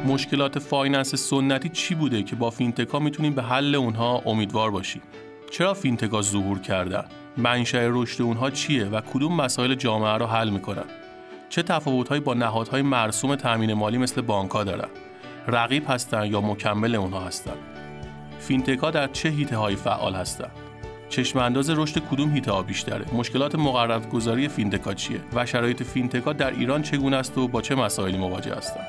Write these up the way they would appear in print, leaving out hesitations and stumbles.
مشکلات فایننس سنتی چی بوده که با فینتک‌ها میتونیم به حل اونها امیدوار باشیم؟ چرا فینتک‌ها ظهور کردن؟ منشأ رشد اونها چیه و کدوم مسائل جامعه رو حل میکنن؟ چه تفاوت‌هایی با نهادهای مرسوم تامین مالی مثل بانک‌ها دارن؟ رقیب هستن یا مکمل اونها هستن؟ فینتک‌ها در چه حیطه‌هایی فعال هستن؟ چشم انداز رشد کدوم حیطه‌ها بیشتره؟ مشکلات مقررات‌گذاری فینتک‌ها چیه؟ و شرایط فینتک‌ها در ایران چگونه است و با چه مسائلی مواجه هستند؟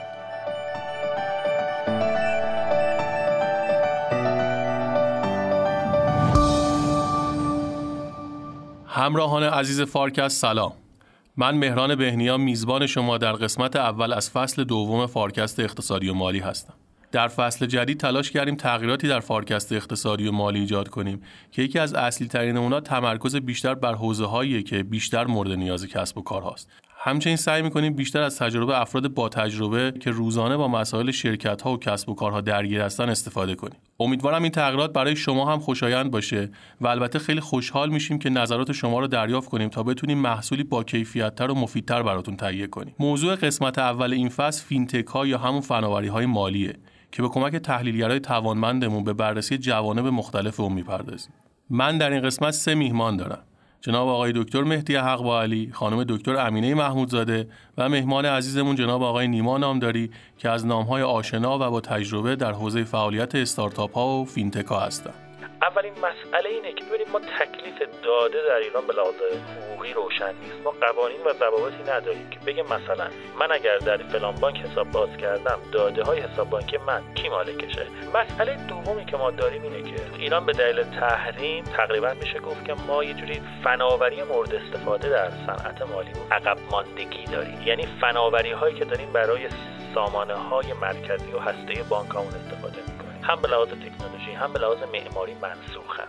همراهان عزیز فارکست سلام. من مهران بهنیا میزبان شما در قسمت اول از فصل دوم فارکست اقتصادی و مالی هستم. در فصل جدید تلاش کردیم تغییراتی در فارکست اقتصادی و مالی ایجاد کنیم که یکی از اصلی ترین اونها تمرکز بیشتر بر حوزه‌هایی که بیشتر مورد نیاز کسب و کار هاست. همچنین سعی می‌کنیم بیشتر از تجربه افراد با تجربه که روزانه با مسائل شرکت‌ها و کسب و کارها درگیر هستن استفاده کنیم. امیدوارم این تغییرات برای شما هم خوشایند باشه و البته خیلی خوشحال میشیم که نظرات شما رو دریافت کنیم تا بتونیم محصولی با کیفیت‌تر و مفیدتر براتون تهیه کنیم. موضوع قسمت اول این فصل فینتک‌ها یا همون فناوری‌های مالیه که به کمک تحلیلگرای توانمندمون به بررسی جوانب مختلف اون می‌پردازیم. من در این قسمت 3 میهمان دارم. جناب آقای دکتر مهدی حق با علی، خانم دکتر امینه محمودزاده و مهمان عزیزمون جناب آقای نیما نامداری که از نام‌های آشنا و با تجربه در حوزه فعالیت استارتاپ‌ها و فینتک‌ها هستند. اولین مسئله اینه که ببینید ما تکلیف داده در ایران به لحاظ حقوقی روشن نیست. ما قوانین و ضوابطی نداریم که بگه مثلا من اگر در فلان بانک حساب باز کردم داده های حساب بانکی من کی مالکشه. مسئله دومی که ما داریم اینه که ایران به دلیل تحریم تقریبا میشه گفت که ما یه جوری فناوری مورد استفاده در صنعت مالی عقب ماندگی داریم. یعنی فناوری هایی که داریم برای سامانه های مرکزی و هسته بانکامون استفاده میکنیم، هم به لحاظ تکنولوژی هم به لحاظ معماری منسوخن.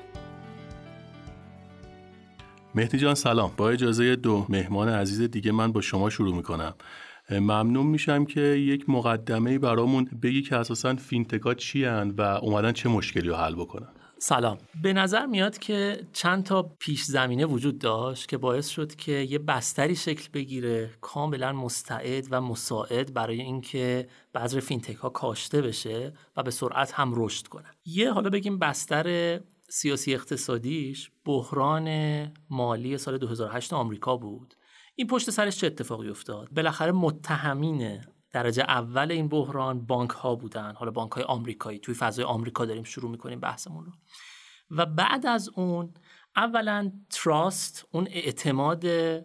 مهدی جان سلام. با اجازه 2 مهمان عزیز دیگه من با شما شروع میکنم. ممنون میشم که یک مقدمه‌ای برامون بگی که اساساً فینتک‌ها چی هستند و اومدن چه مشکلی رو حل بکنن. سلام. به نظر میاد که چند تا پیش زمینه وجود داشت که باعث شد که یه بستری شکل بگیره کاملا مستعد و مساعد برای اینکه بذر فینتک ها کاشته بشه و به سرعت هم رشد کنه. یه حالا بگیم بستر سیاسی اقتصادیش بحران مالی سال 2008 آمریکا بود. این پشت سرش چه اتفاقی افتاد؟ بالاخره متهمین درجه اول این بحران بانک ها بودن. حالا بانک های آمریکایی، توی فضای آمریکا داریم شروع میکنیم بحثمون رو. و بعد از اون اولا تراست، اون اعتماد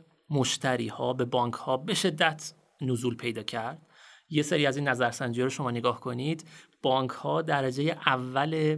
مشتری ها به بانک ها به شدت نزول پیدا کرد. یه سری از این نظرسنجی رو شما نگاه کنید، بانک ها درجه اول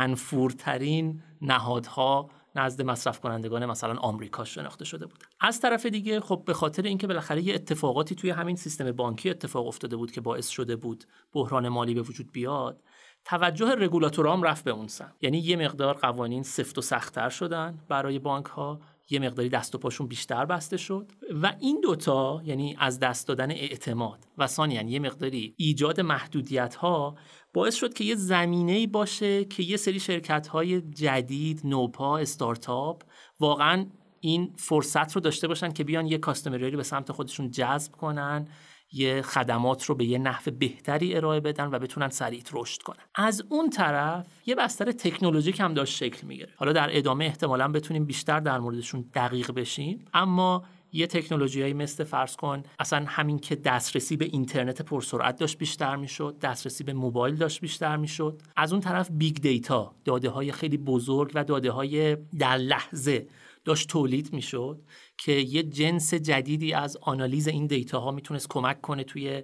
منفورترین نهادها نزد مصرف کنندگان مثلا آمریکا شناخته شده بود. از طرف دیگه خب به خاطر اینکه بالاخره یه اتفاقاتی توی همین سیستم بانکی اتفاق افتاده بود که باعث شده بود بحران مالی به وجود بیاد، توجه رگولاتورها هم رفت به اون سمت. یعنی یه مقدار قوانین سفت و سخت‌تر شدن برای بانک‌ها، یه مقداری دست و پاشون بیشتر بسته شد و این دوتا، یعنی از دست دادن اعتماد و ثانیاً یه مقداری ایجاد محدودیت‌ها، باعث شد که یه زمینه‌ای باشه که یه سری شرکت‌های جدید، نوپا، استارتاپ واقعاً این فرصت رو داشته باشن که بیان یه کاستمری رو به سمت خودشون جذب کنن، یه خدمات رو به یه نحو بهتری ارائه بدن و بتونن سریع رشد کنن. از اون طرف یه بستر تکنولوژیک هم داشت شکل میگیره. حالا در ادامه احتمالاً بتونیم بیشتر در موردشون دقیق بشیم، اما یه تکنولوژیایی مثل فرض کن اصلا همین که دسترسی به اینترنت پرسرعت داشت بیشتر میشد، دسترسی به موبایل داشت بیشتر میشد. از اون طرف بیگ دیتا، داده‌های خیلی بزرگ و داده‌های در لحظه داشت تولید میشد که یه جنس جدیدی از آنالیز این دیتاها میتونست کمک کنه توی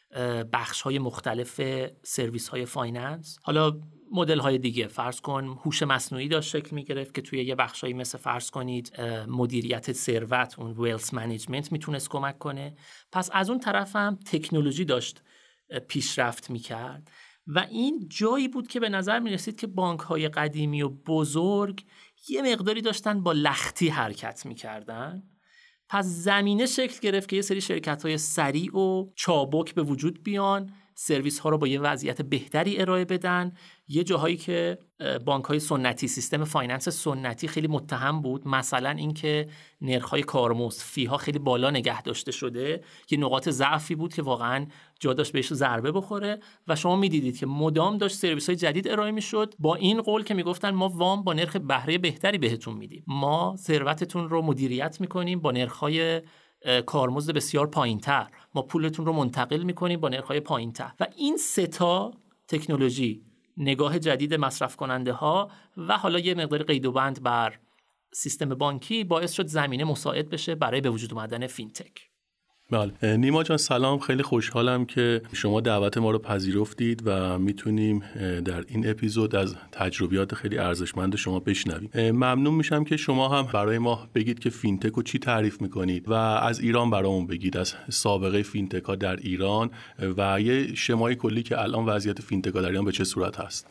بخش‌های مختلف سرویس‌های فایننس. حالا مدل‌های دیگه فرض کن هوش مصنوعی داشت شکل می‌گرفت که توی یه بخشایی مثل فرض کنید مدیریت ثروت، اون ویلث منیجمنت میتونست کمک کنه. پس از اون طرف هم تکنولوژی داشت پیشرفت می‌کرد و این جایی بود که به نظر می‌رسید که بانک‌های قدیمی و بزرگ یه مقداری داشتن با لختی حرکت می‌کردن. پس زمینه شکل گرفت که یه سری شرکت‌های سریع و چابک به وجود بیان، سرویس ها رو با یه وضعیت بهتری ارائه بدن. یه جاهایی که بانک های سنتی، سیستم فایننس سنتی خیلی متهم بود، مثلا اینکه نرخ های کارمزد، فی ها خیلی بالا نگه داشته شده، یه نقاط ضعفی بود که واقعا جا داشت بهش ضربه بخوره و شما میدیدید که مدام داشت سرویس های جدید ارائه میشد با این قول که میگفتن ما وام با نرخ بهره بهتری بهتون میدیم، ما ثروتتون رو مدیریت میکنیم با نرخ های کارمزد بسیار پایینتر، ما پولتون رو منتقل میکنیم با نرخ های پایینتر. و این سه تا تکنولوژی، نگاه جدید مصرف کننده ها و حالا یه مقدار قید و بند بر سیستم بانکی باعث شد زمینه مساعد بشه برای به وجود اومدن فینتک. بله نیما جان سلام، خیلی خوشحالم که شما دعوت ما رو پذیرفتید و میتونیم در این اپیزود از تجربیات خیلی ارزشمند شما بشنویم. ممنون میشم که شما هم برای ما بگید که فینتک رو چی تعریف میکنید و از ایران برامون بگید، از سابقه فینتک ها در ایران و یه شمای کلی که الان وضعیت فینتک ها در ایران به چه صورت هست.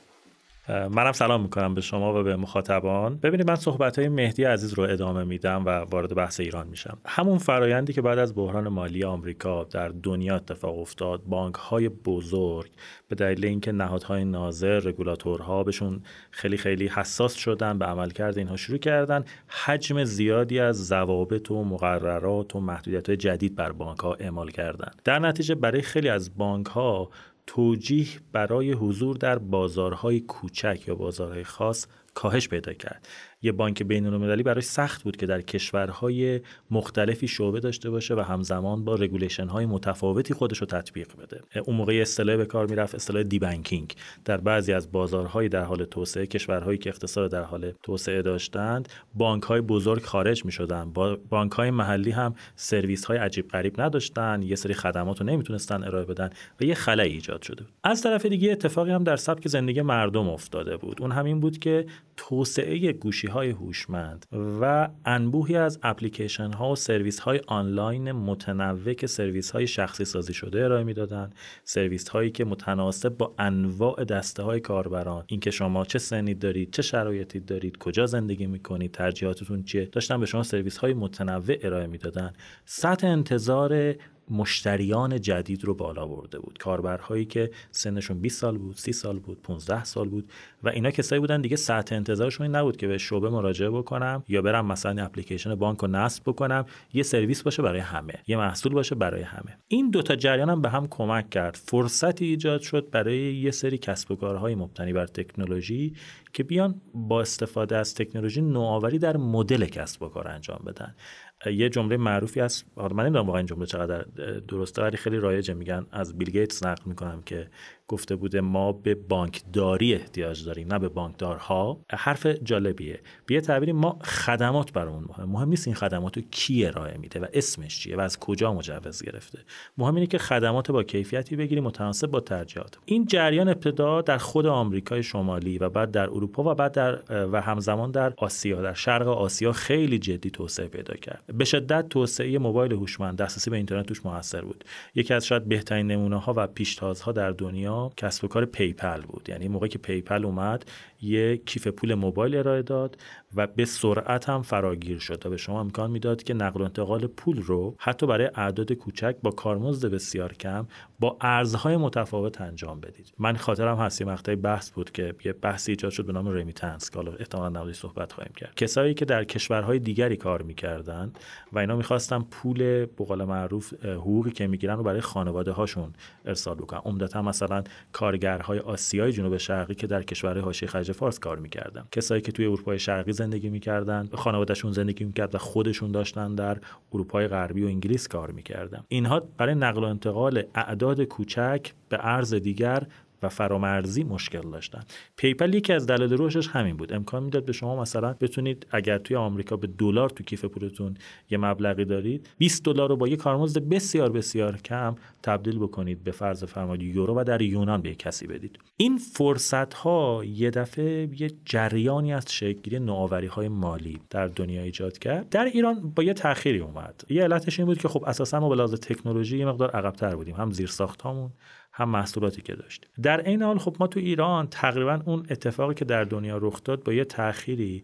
منم سلام میکنم به شما و به مخاطبان. ببینید من صحبت‌های مهدی عزیز رو ادامه میدم و وارد بحث ایران میشم. همون فرایندی که بعد از بحران مالی آمریکا در دنیا اتفاق افتاد، بانک‌های بزرگ به دلیل اینکه نهادهای ناظر، رگولاتورها بهشون خیلی خیلی حساس شدن، به عملکرد اینها شروع کردن حجم زیادی از ضوابط و مقررات و محدودیت‌های جدید بر بانک‌ها اعمال کردن. در نتیجه برای خیلی از بانک‌ها توجیه برای حضور در بازارهای کوچک یا بازارهای خاص کاهش پیدا کرد. یه بانک بین‌المللی براش سخت بود که در کشورهای مختلفی شعبه داشته باشه و همزمان با رگولیشن های متفاوتی خودش رو تطبیق بده. اون موقع اصطلاح به کار میرفت، اصطلاح دی بانکینگ. در بعضی از بازارهای در حال توسعه، کشورهایی که اقتصاد در حال توسعه داشتند، بانک‌های بزرگ خارج می‌شدن. بانک‌های محلی هم سرویس‌های عجیب غریب نداشتن، یه سری خدمات رو نمیتونستن ارائه بدن و یه خلأ ایجاد شده. از طرف دیگه اتفاقی هم در سبک زندگی مردم افتاده بود. اون همین بود که توسعه گوشی‌های هوشمند و انبوهی از اپلیکیشن‌ها و سرویس‌های آنلاین متنوع که سرویس‌های شخصی سازی شده ارائه می‌دادن، سرویس‌هایی که متناسب با انواع دسته‌های کاربران، اینکه شما چه سنی دارید، چه شرایطی دارید، کجا زندگی می‌کنید، ترجیحاتتون چیه، داشتن به شما سرویس‌های متنوع ارائه می‌دادن. سطح انتظار مشتریان جدید رو بالا برده بود. کاربرهایی که سنشون 20 سال بود، 30 سال بود، 15 سال بود و اینا کسایی بودن دیگه سطح انتظارشون این نبود که به شعبه مراجعه بکنم یا برم مثلا اپلیکیشن بانک رو نصب بکنم، یه سرویس باشه برای همه، یه محصول باشه برای همه. این دوتا جریان هم به هم کمک کرد. فرصتی ایجاد شد برای یه سری کسب و کارهای مبتنی بر تکنولوژی که بیان با استفاده از تکنولوژی نوآوری در مدل کسب و کار انجام بدن. یه جمله معروفی هست، من نمیدونم واقعا این جمله چقدر درسته ولی خیلی رایجه، میگن از بیل گیتس نقل میکنم که گفته بوده ما به بانکداری احتیاج داریم نه به بانکدارها. حرف جالبیه. به یه تعبیری ما خدمات برامون مهم نیست این خدماتو کی ارائه میده و اسمش چیه و از کجا مجوز گرفته. مهم اینه که خدمات با کیفیتی بگیریم متناسب با ترجیحات. این جریان ابتدا در خود آمریکای شمالی و بعد در اروپا و بعد و همزمان در آسیا، در شرق آسیا خیلی جدی توسعه پیدا کرد. به شدت توسعه موبایل هوشمند، دسترسی به اینترنت توش موثر بود. یکی از شاید بهترین نمونه‌ها و پیشتازها در دنیا کسب و کار پیپل بود. یعنی موقعی که پیپل اومد یه کیف پول موبایل ارائه داد و به سرعت هم فراگیر شد و به شما امکان میداد که نقل و انتقال پول رو حتی برای اعداد کوچک با کارمزد بسیار کم با ارزهای متفاوت انجام بدید. من خاطرم هست یه مقطعی بحث بود که یه بحثی ایجاد شد به نام رمیتنس که حالا احتمالاً نمودی صحبت خواهیم کرد. کسایی که در کشورهای دیگری کار می‌کردن و اینا می‌خواستن پول به قول معروف حقوقی که می‌گیرن رو برای خانواده‌هاشون ارسال بکنن. عمدتاً مثلا کارگرهای آسیای جنوب شرقی که در کشورهای حاشیه خلیج فارس کار می‌کردن. کسایی که توی اروپای شرقی زندگی می‌کردن، خانواده‌شون زندگی می‌کرد و خودشون داشتن در اروپای غربی و انگلیس کار می‌کردن. اینها برای نقل و انتقال اعداد کوچک به ارز دیگر و فرامرزی مشکل داشتن. پیپل یکی از دلایل رشدش همین بود. امکان میداد به شما مثلا بتونید اگر توی آمریکا به دلار تو کیف پولتون یه مبلغی دارید، $20 رو با یه کارمزد بسیار بسیار کم تبدیل بکنید به فرض فرمایید یورو و در یونان به کسی بدید. این فرصت ها یه دفعه یه جریانی از شکل‌گیری نوآوری‌های مالی در دنیا ایجاد کرد. در ایران با یه تأخیری اومد. یه علتش این بود که خب اساسا ما به لحاظ تکنولوژی یه مقدار عقب‌تر بودیم، هم زیرساخت‌هامون هم محصولاتی که داشتیم. در این حال خب ما تو ایران تقریبا اون اتفاقی که در دنیا رخ داد با یه تأخیری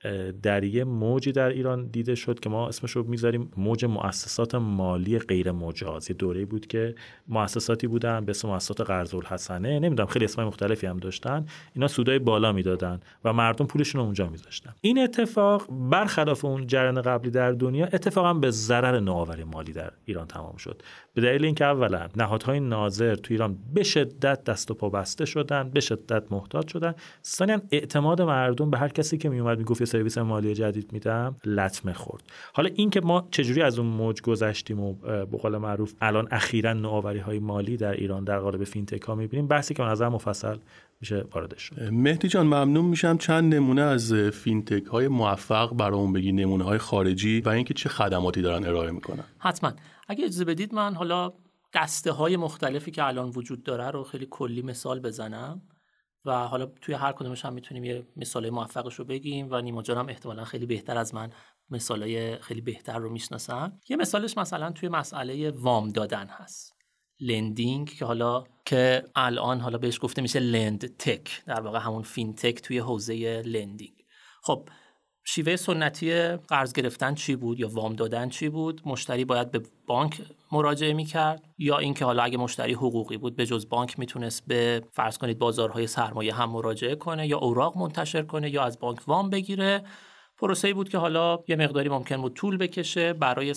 در یه موجی در ایران دیده شد که ما اسمش رو میذاریم موج مؤسسات مالی غیر مجاز. یه دوره‌ای بود که مؤسساتی بودن به اسم مؤسسات قرض الحسنه، نمیدونم خیلی اسمای مختلفی هم داشتن، اینا سودای بالا میدادن و مردم پولشون رو اونجا میذاشتن. این اتفاق برخلاف اون جریان قبلی در دنیا اتفاقا به ضرر نوآوری مالی در ایران تمام شد، به دلیل اینکه اولا نهادهای ناظر تو ایران به شدت دست و پا بسته شدن، به شدت محتاط شدن، ثانیاً اعتماد مردم به هر کسی که میومد میگفت یه سرویس مالی جدید میدم لطمه خورد. حالا این که ما چجوری از اون موج گذشتیم و به قول معروف الان اخیراً نوآوری‌های مالی در ایران در قالب فینتک ها میبینیم، بحثی که به نظر مفصل میشه واردش شد. مهدی جان ممنون میشم چند نمونه از فینتک های موفق برامون بگی، نمونه های خارجی و اینکه چه خدماتی دارن ارائه میکنن. حتما. اگه اجازه بدید من حالا دسته های مختلفی که الان وجود داره رو خیلی کلی مثال بزنم و حالا توی هر کدومش هم میتونیم یه مثالای موفقش رو بگیم و نیما جان هم احتمالاً خیلی بهتر از من مثالای خیلی بهتر رو میشناسن. یه مثالش مثلا توی مسئله وام دادن هست، لندینگ، که حالا که الان حالا بهش گفته میشه لند تک، در واقع همون فینتک توی حوزه لندینگ. خب شیوه سنتی قرض گرفتن چی بود یا وام دادن چی بود؟ مشتری باید به بانک مراجعه میکرد، یا اینکه حالا اگه مشتری حقوقی بود به جز بانک میتونست به فرض کنید بازارهای سرمایه هم مراجعه کنه یا اوراق منتشر کنه یا از بانک وام بگیره. پروسه‌ای بود که حالا یه مقداری ممکن بود طول بکشه، برای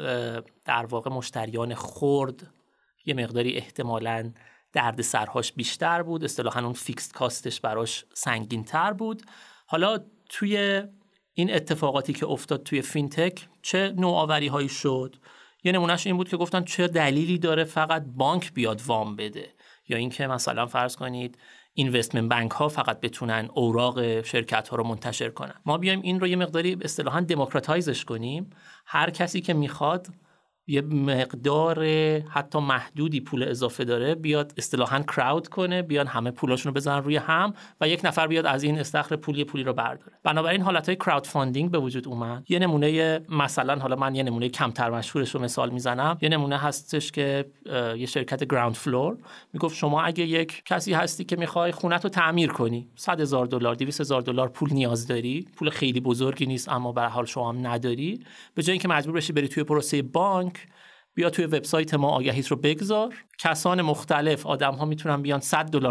در واقع مشتریان خرد یه مقداری احتمالاً درد سرهاش بیشتر بود، اصطلاحاً اون فیکست کاستش براش سنگین‌تر بود. حالا توی این اتفاقاتی که افتاد توی فینتک چه نوآوری‌هایی شد؟ یه نمونهش این بود که گفتن چه دلیلی داره فقط بانک بیاد وام بده، یا اینکه مثلا فرض کنید اینوستمنت بانک ها فقط بتونن اوراق شرکت ها رو منتشر کنن. ما بیایم این رو یه مقداری اصطلاحاً دموکراتایزش کنیم، هر کسی که میخواد یه مقدار حتی محدودی پول اضافه داره بیاد اصطلاحاً کراود کنه، بیان همه پولاشون رو بزنن روی هم و یک نفر بیاد از این استخر پولی رو برداره. بنابراین حالتهای کراود فاندینگ به وجود اومد. یه نمونه مثلا حالا من یه نمونه کمتر مشهورش رو مثال میزنم، یه نمونه هستش که یه شرکت گراوند فلور میگفت شما اگه یک کسی هستی که میخوای خونت رو تعمیر کنی، $100,000 $200,000 پول نیاز داری، پول خیلی بزرگی نیست اما به هر حال شما هم نداری، به جای اینکه مجبور بشی بری توی پروسه بانک، بیا توی وبسایت ما آگهیت رو بگذار. کسان مختلف، آدم‌ها میتونن بیان $100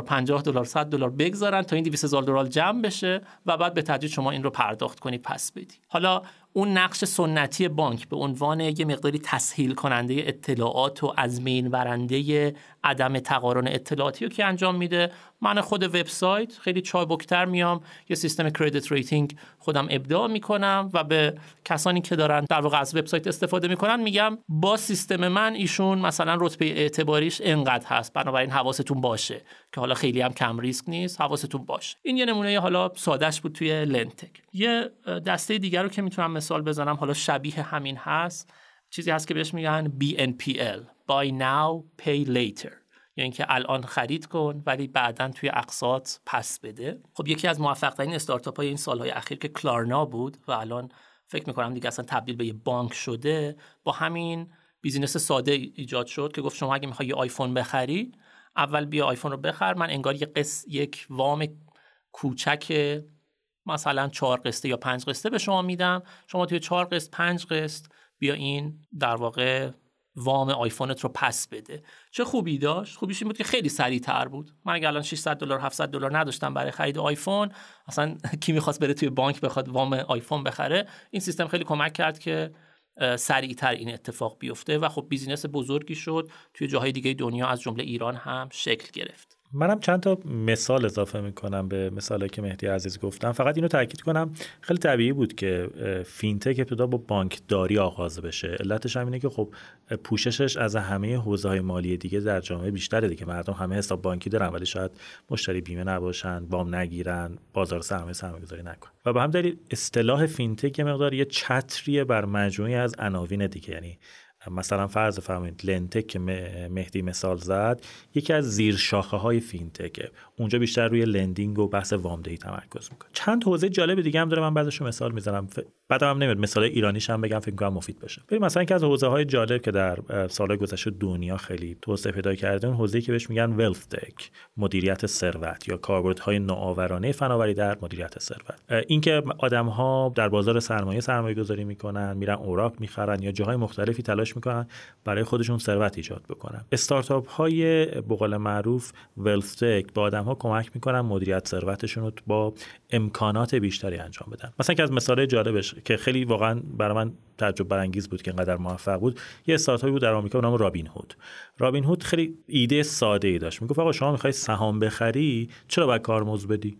$50 $100 بگذارن تا این $200,000 جمع بشه و بعد به تدریج شما این رو پرداخت کنی پس بدی. حالا اون نقش سنتی بانک به عنوان یه مقداری تسهیل کننده اطلاعات و تضمین برنده عدم تقارن اطلاعاتی رو که انجام میده، من خود وبسایت خیلی چابکتر میام یه سیستم کردیت ریتینگ خودم ابداع میکنم و به کسانی که دارن در واقع از وبسایت استفاده میکنن میگم با سیستم من ایشون مثلا رتبه اعتباریش اینقدر هست، بنابراین حواستون باشه که حالا خیلی هم کم ریسک نیست، حواستون باشه. این یه نمونه حالا سادهش بود توی لندتک. یه دسته دیگر رو که میتونم مثال بزنم حالا شبیه همین هست، چیزی هست که بهش میگن BNPL Buy Now Pay Later، یعنی که الان خرید کن ولی بعداً توی اقساط پس بده. خب یکی از موفق‌ترین استارتاپ‌های این سال‌های اخیر که کلارنا بود و الان فکر می‌کنم دیگه اصلا تبدیل به یه بانک شده، با همین بیزینس ساده ایجاد شد که گفت شما اگه می‌خوای یه آیفون بخری، اول بیا آیفون رو بخر، من انگار یک وام کوچک مثلا 4 قسطه یا 5 قسطه به شما میدم، شما توی 4 قسط 5 قسط بیا این در واقع وام آیفونت رو پس بده. چه خوبی داشت؟ خوبیش این بود که خیلی سریع‌تر بود. من اگه الان $600 $700 نداشتم برای خرید آیفون، اصلا کی می‌خواست بره توی بانک بخواد وام آیفون بخره؟ این سیستم خیلی کمک کرد که سریع‌تر این اتفاق بیفته و خب بیزینس بزرگی شد، توی جاهای دیگه دنیا از جمله ایران هم شکل گرفت. منم چند تا مثال اضافه میکنم به مثالی که مهدی عزیز گفتم. فقط اینو تاکید کنم خیلی طبیعی بود که فینتک ابتدا با بانکداری آغاز بشه. علتش هم اینه که خب پوششش از همه حوزه‌های مالی دیگه در جامعه بیشتره دیگه. مردم همه حساب بانکی دارن ولی شاید مشتری بیمه نباشن، وام نگیرن، بازار سرمایه‌گذاری نکنن. و به هم دلیل اصطلاح فینتک یه مقدار یه چتریه بر مجموعی از عناوین دیگه. یعنی مثلا فرض فرمایید لندتک که مهدی مثال زد یکی از زیر شاخه های فینتکه، اونجا بیشتر روی لندینگ و بحث وامدهی تمرکز میکنه. چند حوزه جالب دیگه هم داره، من بعضیشو مثال میزنم. بعدم هم نمیاد مثال ایرانیش هم بگم، فکر کنم مفید بشه. ببین مثلا که از حوزه‌های جالب که در سال‌های گذشته دنیا خیلی توسعه پیدا کرده، اون حوزه‌ای که بهش میگن wealth tech، مدیریت ثروت یا کاربردهای نوآورانه فناوری در مدیریت ثروت. این که آدم‌ها در بازار سرمایه‌گذاری میکنن، میرن اوراق میخرن یا جاهای مختلفی تلاش میکنن برای خودشون ثروت ایجاد بکنن. استارتاپ‌های به قول معروف wealth tech به آدم‌ها کمک میکنن مدیریت ثروتشون رو با امکانات بیشتری انجام بدن. مثلا که از مثال جالبش که خیلی واقعا برای من تعجب برانگیز بود که اینقدر موفق بود، یه استارتاپی بود در آمریکا به نام رابین هود خیلی ایده ساده‌ای داشت. میگفت آقا شما می‌خوای سهام بخری، چرا باید کارمزد بدی؟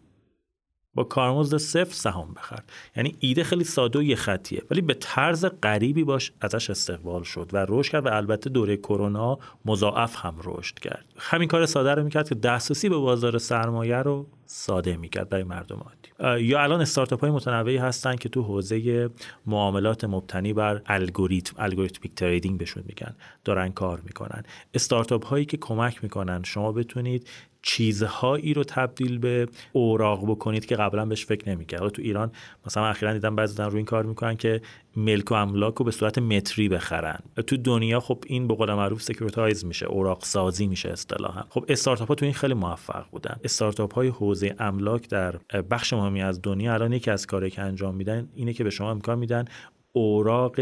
با کارمزد 0 سهام بخر. یعنی ایده خیلی ساده و یه خطیه، ولی به طرز غریبی باش ازش استقبال شد و رشد کرد و البته دوره کرونا مضاعف هم رشد کرد. همین کار ساده رو می‌کرد که دسترسی به بازار سرمایه رو ساده می‌کرد برای مردم عادی. یا الان استارتاپ‌های متنوعی هستن که تو حوزه معاملات مبتنی بر الگوریتمیک تریدینگ بهشون میگن، دارن کار میکنن. استارتاپ‌هایی که کمک میکنن شما بتونید چیزهایی رو تبدیل به اوراق بکنید که قبلا بهش فکر نمی‌کرد. تو ایران مثلا اخیراً دیدم بعضی روی این کار میکنن که ملک و املاک رو به صورت متری بخرن. تو دنیا خب این به قول معروف سکیوریتایز میشه، اوراق سازی میشه اصطلاحاً. خب استارتاپ‌ها تو این خیلی موفق بودن. استارتاپ‌های حوزه املاک در بخش مهمی از دنیا الان یکی از کارهایی که انجام میدن اینه که به شما امکان میدن اوراق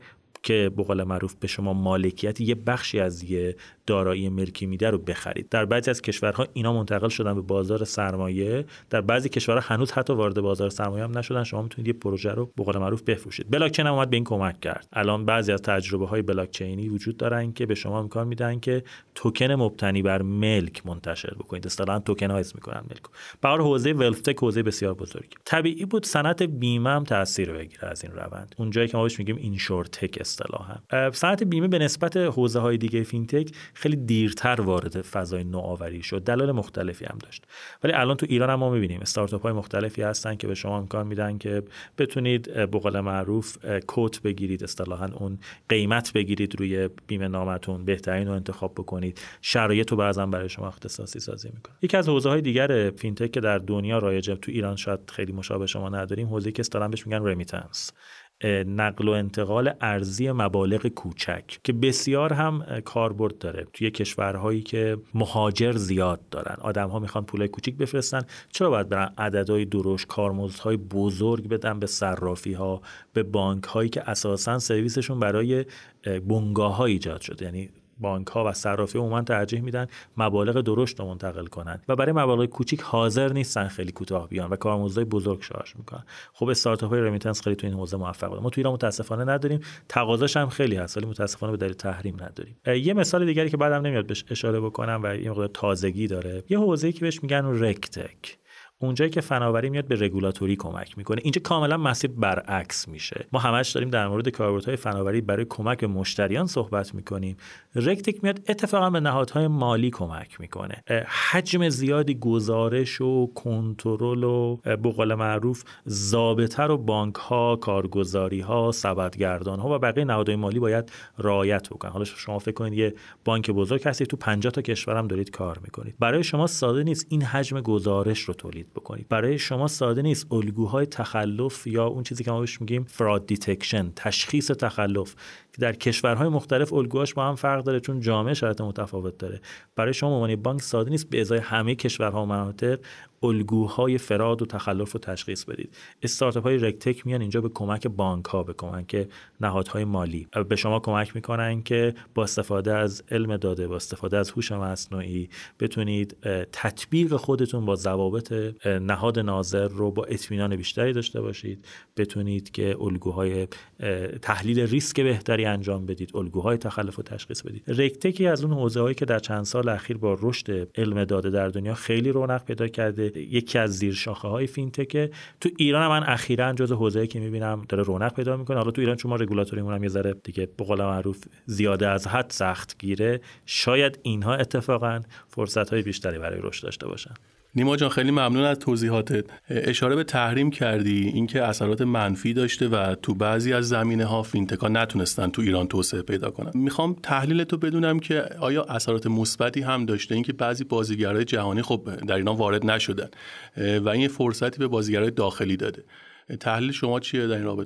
که به قول معروف به شما مالکیت یه بخشی از یه دارایی ملکی میده رو بخرید. در بعضی از کشورها اینا منتقل شدن به بازار سرمایه، در بعضی کشورها هنوز حتی وارد بازار سرمایه هم نشدن. شما میتونید یه پروژه رو به قول معروف بفروشید. بلاکچین هم اومد به این کمک کرد. الان بعضی از تجربه‌های بلاکچینی وجود دارن که به شما امکان میدن که توکن مبتنی بر ملک منتشر بکنید. اصطلاحاً توکنایز میکنن ملک. برای حوزه ولف تک حوزه بسیار بزرگی. طبیعی بود صنعت بیمه هم تاثیر بگیره از این روند. اونجایی که ما بهش میگیم اینشورتک اصطلاحاً. صنعت بیمه به نسبت حوزه‌های دیگه فینتک خیلی دیرتر وارد فضای نوآوری شد. دلایل مختلفی هم داشت. ولی الان تو ایران هم ما می‌بینیم استارتاپ‌های مختلفی هستن که به شما امکان میدن که بتونید به قول معروف کوت بگیرید، اصطلاحاً اون قیمت بگیرید روی بیمه نامتون، بهترین رو انتخاب بکنید. شرایط رو بعضا برای شما اختصاصی سازی می‌کنه. یکی از حوزه‌های دیگر فینتک که در دنیا رایجه، تو ایران شاید خیلی مشابه شما نداریم، حوزه‌ای که اصطلاحاً بهش میگن رمیتنس، نقل و انتقال ارزی مبالغ کوچک که بسیار هم کاربرد داره توی کشورهایی که مهاجر زیاد دارن. آدم‌ها میخوان پول کوچیک بفرستن، چرا باید برن عددهای درشت، کارمزدهای بزرگ بدن به صرافی‌ها، به بانک‌هایی که اساساً سرویسشون برای بنگاه‌ها ایجاد شده؟ یعنی بانک‌ها و صرافی‌ها عموماً ترجیح میدن مبالغ درشت رو منتقل کنن و برای مبالغ کوچیک حاضر نیستن خیلی کوتاه بیان و کارمزدهای بزرگ شارژ میکنن. خب استارتاپ‌های رمیتنس خیلی تو این حوزه موفق بودن. ما تو ایران متاسفانه نداریم، تقاضاش هم خیلی هست ولی متاسفانه به دلیل تحریم نداریم. یه مثال دیگری که بعدم نمیاد بهش اشاره بکنم و یه مقدار تازگی داره، یه حوزه‌ای که بهش میگن رکتک، اونجایی که فناوری میاد به رگولاتوری کمک میکنه. اینجا کاملا مسیر برعکس میشه. ما همش داریم در مورد کاربردهای فناوری برای کمک به مشتریان صحبت میکنیم. رکتک میاد اتفاقا به نهادهای مالی کمک میکنه. حجم زیادی گزارش و کنترل و به قول معروف ضابطه رو بانک‌ها، کارگزاری‌ها، سبدگردان‌ها و بقیه نهادهای مالی باید رعایت بکنن. حالا شما فکر کنید یه بانک بزرگ هستید، تو 50 تا کشور هم دارید کار میکنید. برای شما ساده نیست این حجم گزارش رو تولید بکنید. برای شما ساده نیست الگوهای تخلف یا اون چیزی که ما بهش میگیم فراد دیتکشن، تشخیص تخلف، که در کشورهای مختلف الگوهاش با هم فرق داره چون جامعه شرایط متفاوت داره. برای شما به عنوان بانک ساده نیست به ازای همه کشورها و مناطق الگوهای فراد و تخلف رو تشخیص بدید. استارتاپ‌های رکتک میان اینجا به کمک بانک‌ها، به کمک نهادهای مالی به شما کمک میکنن که با استفاده از علم داده، با استفاده از هوش مصنوعی بتونید تطبیق خودتون با ضوابط نهاد ناظر رو با اطمینان بیشتری داشته باشید، بتونید که الگوهای تحلیل ریسک بهتری انجام بدید، الگوهای تخلف رو تشخیص بدید. رکتکی از اون حوزه‌هایی که در چند سال اخیر با رشد علم داده در دنیا خیلی رونق پیدا کرده، یکی از زیرشاخه‌های فینتک. تو ایران هم من اخیراً جزو حوزه‌ای که می‌بینم داره رونق پیدا می‌کنه. حالا تو ایران چون ما رگولاتوریمون هم یه ذره دیگه به قول معروف زیاده از حد سخت گیره، شاید اینها اتفاقاً فرصت‌های بیشتری برای رشد داشته باشن. نیما جان خیلی ممنون از توضیحاتت. اشاره به تحریم کردی، اینکه اثرات منفی داشته و تو بعضی از زمینه‌ها فینتک‌ها نتونستن تو ایران توسعه پیدا کنن. میخوام تحلیلتو بدونم که آیا اثرات مثبتی هم داشته، اینکه بعضی بازیگرای جهانی خب در ایران وارد نشدن و این فرصتی به بازیگرای داخلی داده. تحلیل شما چیه در این رابطه؟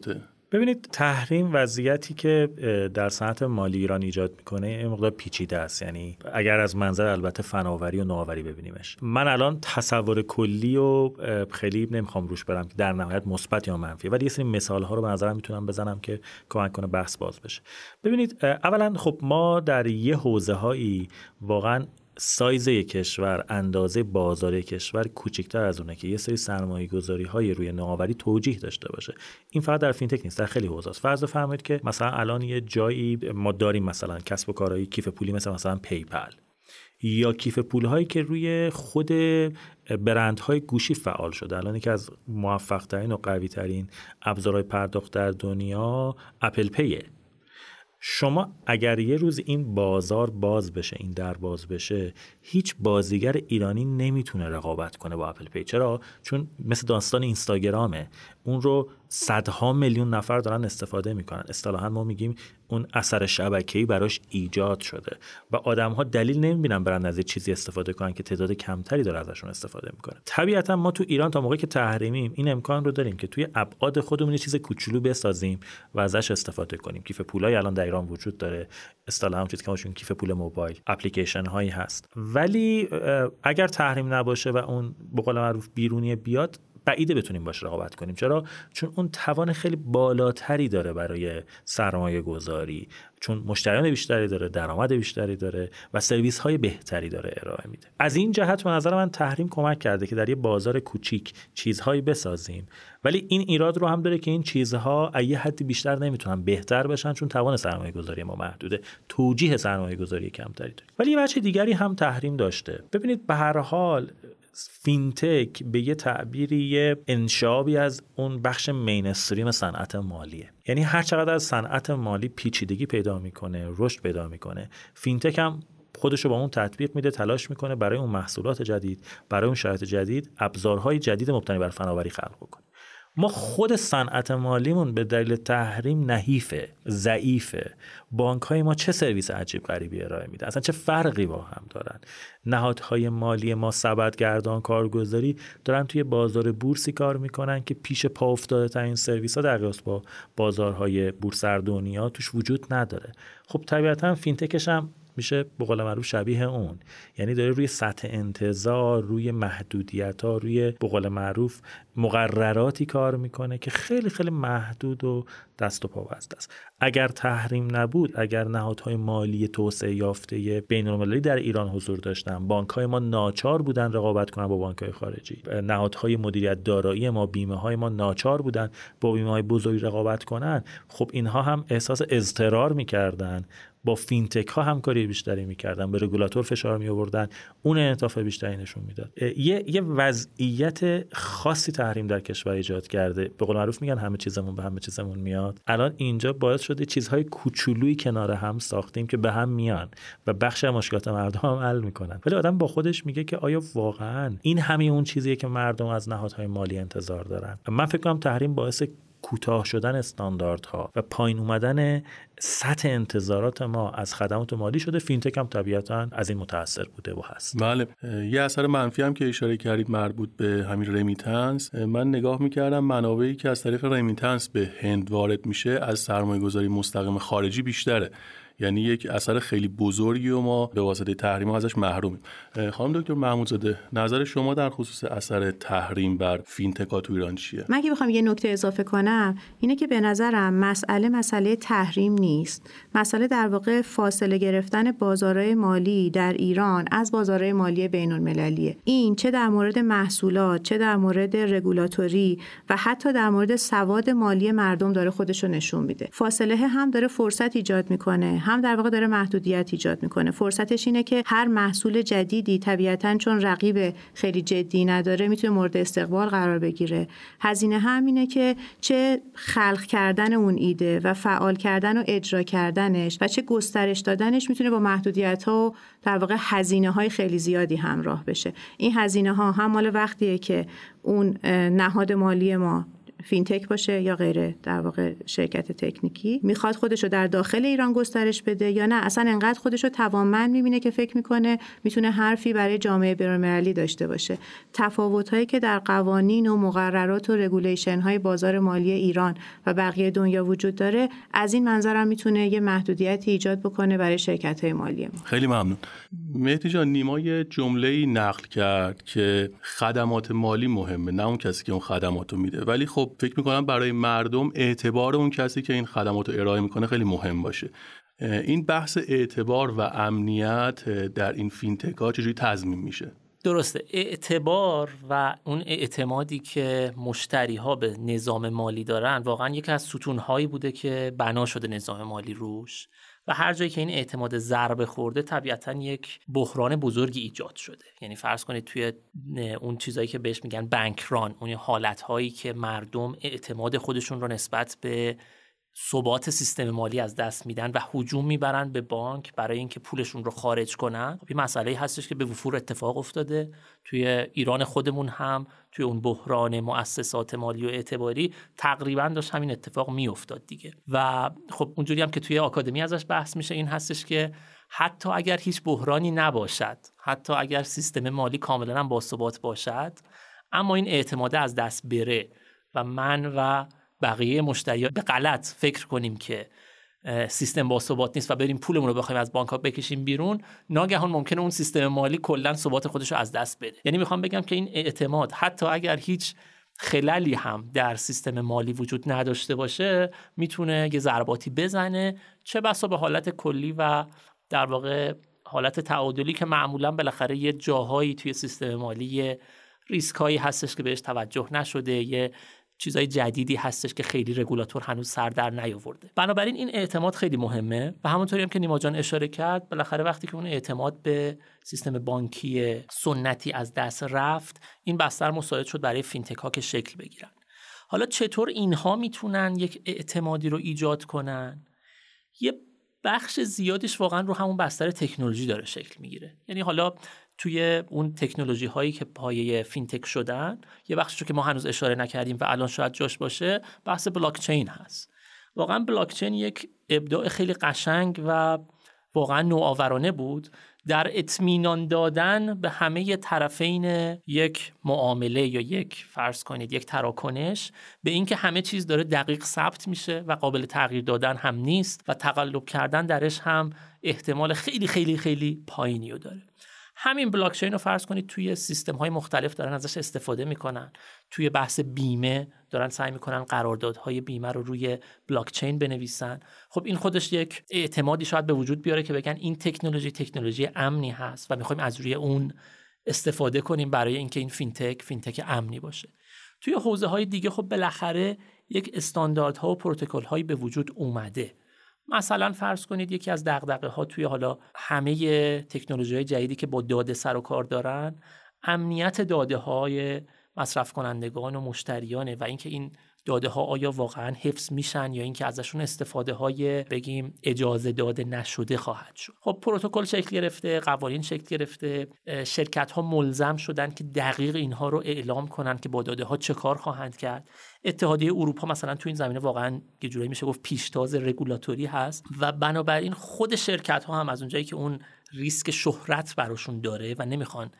ببینید تحریم وضعیتی که در صنعت مالی ایران ایجاد میکنه این مقدار پیچیده است. یعنی اگر از منظر البته فناوری و نوآوری ببینیمش، من الان تصور کلی و خیلی نمیخوام روش برم که در نهایت مثبت یا منفی، ولی یه سری مثال ها رو به نظرم میتونم بزنم که کمک کنه بحث باز بشه. ببینید اولا خب ما در یه حوزه هایی واقعا سایز یک کشور، اندازه بازار کشور کوچکتر از اونه که یه سری سرمایه‌گذاری‌های روی نوآوری توجیه داشته باشه. این فقط در فینتک نیست، در خیلی حوزه است. فرض بفرمایید که مثلا الان یه جایی ما داریم مثلا کسب و کارهای کیف پولی مثلا پیپل یا کیف پول‌هایی که روی خود برندهای گوشی فعال شده. الان یکی از موفق‌ترین و قوی‌ترین ابزارهای پرداخت در دنیا اپل پیه. شما اگر یه روز این بازار باز بشه، این در باز بشه، هیچ بازیگر ایرانی نمیتونه رقابت کنه با اپل پی. چرا؟ چون مثل داستان اینستاگرامه، اون رو صدها میلیون نفر دارن استفاده میکنن. اصطلاحاً ما میگیم اون اثر شبکه‌ای براش ایجاد شده و آدم‌ها دلیل نمیبینن برن از چیزی استفاده کنن که تعداد کمتری داره ازشون استفاده میکنه. طبیعتاً ما تو ایران تا موقعی که تحریمیم این امکان رو داریم که توی ابعاد خودمون یه چیز کوچولو بسازیم و ازش استفاده کنیم. کیف پولای الان در ایران وجود داره، اصطلاحاً چیزی که ماشون کیف پول موبایل، اپلیکیشن هایی هست. ولی اگر تحریم نباشه و اون به قول معروف بیرونی بیاد، بعیده بتونیم باش رقابت کنیم. چرا؟ چون اون توان خیلی بالاتری داره برای سرمایه گذاری، چون مشتریان بیشتری داره، درآمد بیشتری داره و سرویس های بهتری داره ارائه میده. از این جهت به نظر من تحریم کمک کرده که در یه بازار کوچیک چیزهایی بسازیم، ولی این ایراد رو هم داره که این چیزها از یه حدی بیشتر نمیتونن بهتر بشن چون توان سرمایه گذاری ما محدوده، توجیه سرمایه گذاری کمتری داره. ولی یه بچه دیگری هم تحریم داشته. ببینید به هر حال فینتک به یه تعبیری یه انشابی از اون بخش مینستریم صنعت مالیه. یعنی هر چقدر از صنعت مالی پیچیدگی پیدا میکنه، رشد پیدا میکنه، فینتک هم خودشو با اون تطبیق میده، تلاش میکنه برای اون محصولات جدید، برای اون شرایط جدید، ابزارهای جدید مبتنی بر فناوری خلق کنه. ما خود صنعت مالیمون به دلیل تحریم نحیفه، ضعیفه. بانک‌های ما چه سرویس عجیب غریبی ارائه میده، اصلا چه فرقی با هم دارن. نهادهای مالی ما سبدگردان کارگزاری دارن توی بازار بورسی کار میکنن که پیش پا افتاده ترین سرویس‌ها در قیاس با بازارهای بورس در دنیا توش وجود نداره. خب طبیعتاً فینتکش هم میشه به قول معروف شبیه اون، یعنی داره روی سطح انتظار، روی محدودیت‌ها، روی به قول معروف مقرراتی کار میکنه که خیلی خیلی محدود و دست و پا بسته است. اگر تحریم نبود، اگر نهادهای مالی توسعه یافته بین‌المللی در ایران حضور داشتن، بانک‌های ما ناچار بودن رقابت کنن با بانک‌های خارجی، نهادهای مدیریت دارایی ما، بیمه‌های ما ناچار بودن با بیمه‌های بزرگ رقابت کنن، خب اینها هم احساس اضطرار می‌کردن، با فینتک ها همکاری بیشتری می‌کردن، به رگولاتور فشار می‌آوردن، اون انعطاف بیشتری نشون میداد. یه وضعیت خاصی تحریم در کشور ایجاد کرده. به قول معروف میگن همه چیزمون به همه چیزمون میاد. الان اینجا باعث شده چیزهای کوچولویی کنار هم ساختیم که به هم میان و بخش از مشکلات مردم هم حل میکنن. ولی آدم با خودش میگه که آیا واقعا این همه اون چیزیه که مردم از نهادهای مالی انتظار دارن؟ من فکر کنم تحریم باعث کوتاه شدن استانداردها و پایین اومدن سطح انتظارات ما از خدمات مالی شده. فینتک هم طبیعتاً از این متأثر بوده و هست. بله، یه اثر منفی هم که اشاره کردید مربوط به همین رمیتنس. من نگاه می‌کردم منابعی که از طریق رمیتنس به هند وارد میشه از سرمایه‌گذاری مستقیم خارجی بیشتره. یعنی یک اثر خیلی بزرگی و ما به واسطه تحریم ازش محرومیم. خانم دکتر محمودزاده، نظر شما در خصوص اثر تحریم بر فینتک‌ها تو ایران چیه؟ من که بخوام یه نکته اضافه کنم اینه که به نظرم مسئله تحریم نیست. مسئله در واقع فاصله گرفتن بازارهای مالی در ایران از بازارهای مالی بین‌المللیه. این چه در مورد محصولات، چه در مورد رگولاتوری و حتی در مورد سواد مالی مردم داره خودشو نشون میده. فاصله هم داره فرصت ایجاد میکنه، هم در واقع داره محدودیت ایجاد میکنه. فرصتش اینه که هر محصول جدیدی طبیعتاً چون رقیب خیلی جدی نداره میتونه مورد استقبال قرار بگیره. هزینه هم اینه که چه خلق کردن اون ایده و فعال کردن و اجرا کردنش و چه گسترش دادنش میتونه با محدودیت‌ها و در واقع هزینه‌های خیلی زیادی همراه بشه. این هزینه‌ها هم مال وقتیه که اون نهاد مالی ما فینتک باشه یا غیره، در واقع شرکت تکنیکی میخواد خودشو در داخل ایران گسترش بده یا نه اصلا انقدر خودشو توانمند میبینه که فکر میکنه میتونه حرفی برای جامعه بین‌المللی داشته باشه. تفاوت‌هایی که در قوانین و مقررات و رگولیشن‌های بازار مالی ایران و بقیه دنیا وجود داره، از این منظرم میتونه یه محدودیتی ایجاد بکنه برای شرکت‌های مالی ما. خیلی ممنون. مهدی جان، نیما یه جمله‌ای نقل کرد که خدمات مالی مهمه، نه اون کسی که اون خدماتو میده، ولی خب فکر میکنم برای مردم اعتبار اون کسی که این خدماتو ارائه میکنه خیلی مهم باشه. این بحث اعتبار و امنیت در این فینتک ها چجوری تضمین میشه؟ درسته، اعتبار و اون اعتمادی که مشتری ها به نظام مالی دارن واقعا یکی از ستونهایی بوده که بنا شده نظام مالی روش و هر جایی که این اعتماد ضربه خورده طبیعتاً یک بحران بزرگی ایجاد شده. یعنی فرض کنید توی اون چیزایی که بهش میگن بانک ران، اون حالتهایی که مردم اعتماد خودشون رو نسبت به ثبات سیستم مالی از دست میدن و هجوم میبرن به بانک برای اینکه پولشون رو خارج کنن. این مسئله‌ای هستش که به وفور اتفاق افتاده توی ایران خودمون هم. توی اون بحران مؤسسات مالی و اعتباری تقریبا داشت همین اتفاق میافتاد دیگه. و خب اونجوری هم که توی آکادمی ازش بحث میشه این هستش که حتی اگر هیچ بحرانی نباشد، حتی اگر سیستم مالی کاملا هم باثبات باشد، اما این اعتماد از دست بره و من و بقیه مشتری‌ها به غلط فکر کنیم که سیستم باثبات نیست و بریم پولمون رو بخوایم از بانک‌ها بکشیم بیرون، ناگهان ممکنه اون سیستم مالی کلاً ثبات خودش رو از دست بده. یعنی میخوام بگم که این اعتماد حتی اگر هیچ خللی هم در سیستم مالی وجود نداشته باشه میتونه یه ضرباتی بزنه، چه بسا به حالت کلی و در واقع حالت تعادلی که معمولاً بالاخره یه جاهایی توی سیستم مالی ریسکایی هستش که بهش توجه نشده، یه چیزای جدیدی هستش که خیلی رگولاتور هنوز سر در نیاورده. بنابراین این اعتماد خیلی مهمه و همونطوری هم که نیما جان اشاره کرد، بالاخره وقتی که اون اعتماد به سیستم بانکی سنتی از دست رفت، این بستر مساعد شد برای فینتک ها که شکل بگیرن. حالا چطور اینها میتونن یک اعتمادی رو ایجاد کنن؟ یه بخش زیادش واقعا رو همون بستر تکنولوژی داره شکل میگیره. یعنی حالا توی اون تکنولوژی هایی که پایه فینتک شدن، یه بخشی که ما هنوز اشاره نکردیم و الان شاید جاش باشه، بحث بلاکچین هست. واقعا بلاکچین یک ابداع خیلی قشنگ و واقعا نوآورانه بود در اطمینان دادن به همه طرفین یک معامله یا یک فرض کنید یک تراکنش، به اینکه همه چیز داره دقیق ثبت میشه و قابل تغییر دادن هم نیست و تقلب کردن درش هم احتمال خیلی خیلی خیلی پایینی رو داره. همین بلاکچین رو فرض کنید توی سیستم‌های مختلف دارن ازش استفاده میکنن. توی بحث بیمه دارن سعی میکنن قراردادهای بیمه رو روی بلاکچین بنویسن. خب این خودش یک اعتمادی شاید به وجود بیاره که بگن این تکنولوژی امنی هست و میخوایم از روی اون استفاده کنیم برای اینکه این فینتک امنی باشه. توی حوزه‌های دیگه خب بالاخره یک استانداردها و پروتکل‌هایی به وجود اومده. مثلا فرض کنید یکی از دغدغه‌ها توی حالا همه تکنولوژی‌های جدیدی که با داده سر و کار دارن، امنیت داده‌های مصرف کنندگان و مشتریانه و اینکه این داده‌ها آیا واقعاً حفظ میشن یا اینکه ازشون استفاده‌های بگیم اجازه داده نشده خواهد شد. خب پروتکل شکل گرفته، قوانین شکل گرفته، شرکت‌ها ملزم شدن که دقیق اینها رو اعلام کنن که با داده‌ها چه کار خواهند کرد. اتحادیه اروپا مثلا تو این زمینه واقعاً یه جورایی میشه گفت پیشتاز رگولاتوری هست و بنابراین خود شرکت‌ها هم از اونجایی که اون ریسک شهرت براشون داره و نمیخوان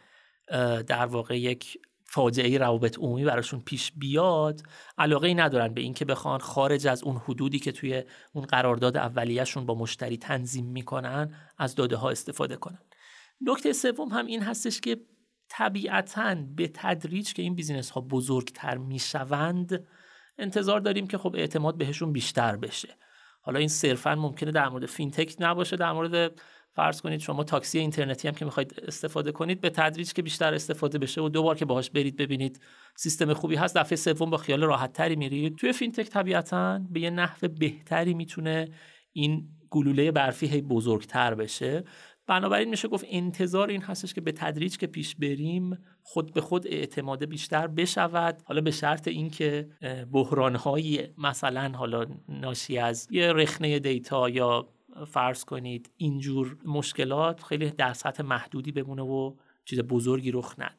در واقع یک فاجعه روابط عمومی براشون پیش بیاد، علاقه‌ای ندارن به این که بخوان خارج از اون حدودی که توی اون قرارداد اولیه‌شون با مشتری تنظیم میکنن از داده ها استفاده کنن. نکته سوم هم این هستش که طبیعتاً به تدریج که این بیزینس ها بزرگتر میشوند انتظار داریم که خب اعتماد بهشون بیشتر بشه. حالا این صرفاً ممکنه در مورد فینتک نباشه، در مورد فرض کنید شما تاکسی اینترنتی هم که میخواید استفاده کنید، به تدریج که بیشتر استفاده بشه و دوبار که باهاش برید ببینید سیستم خوبی هست، دفعه سوم با خیال راحت تری میرید. توی فینتک طبیعتاً به یه نحو بهتری میتونه این گلوله برفی هی بزرگتر بشه. بنابراین میشه گفت انتظار این هستش که به تدریج که پیش بریم خود به خود اعتماد بیشتر بشود، حالا به شرط اینکه بحران‌های مثلا حالا ناشی از یه رخنه دیتا یا فرض کنید اینجور مشکلات خیلی در سطح محدودی بمونه و چیز بزرگی رخ نده.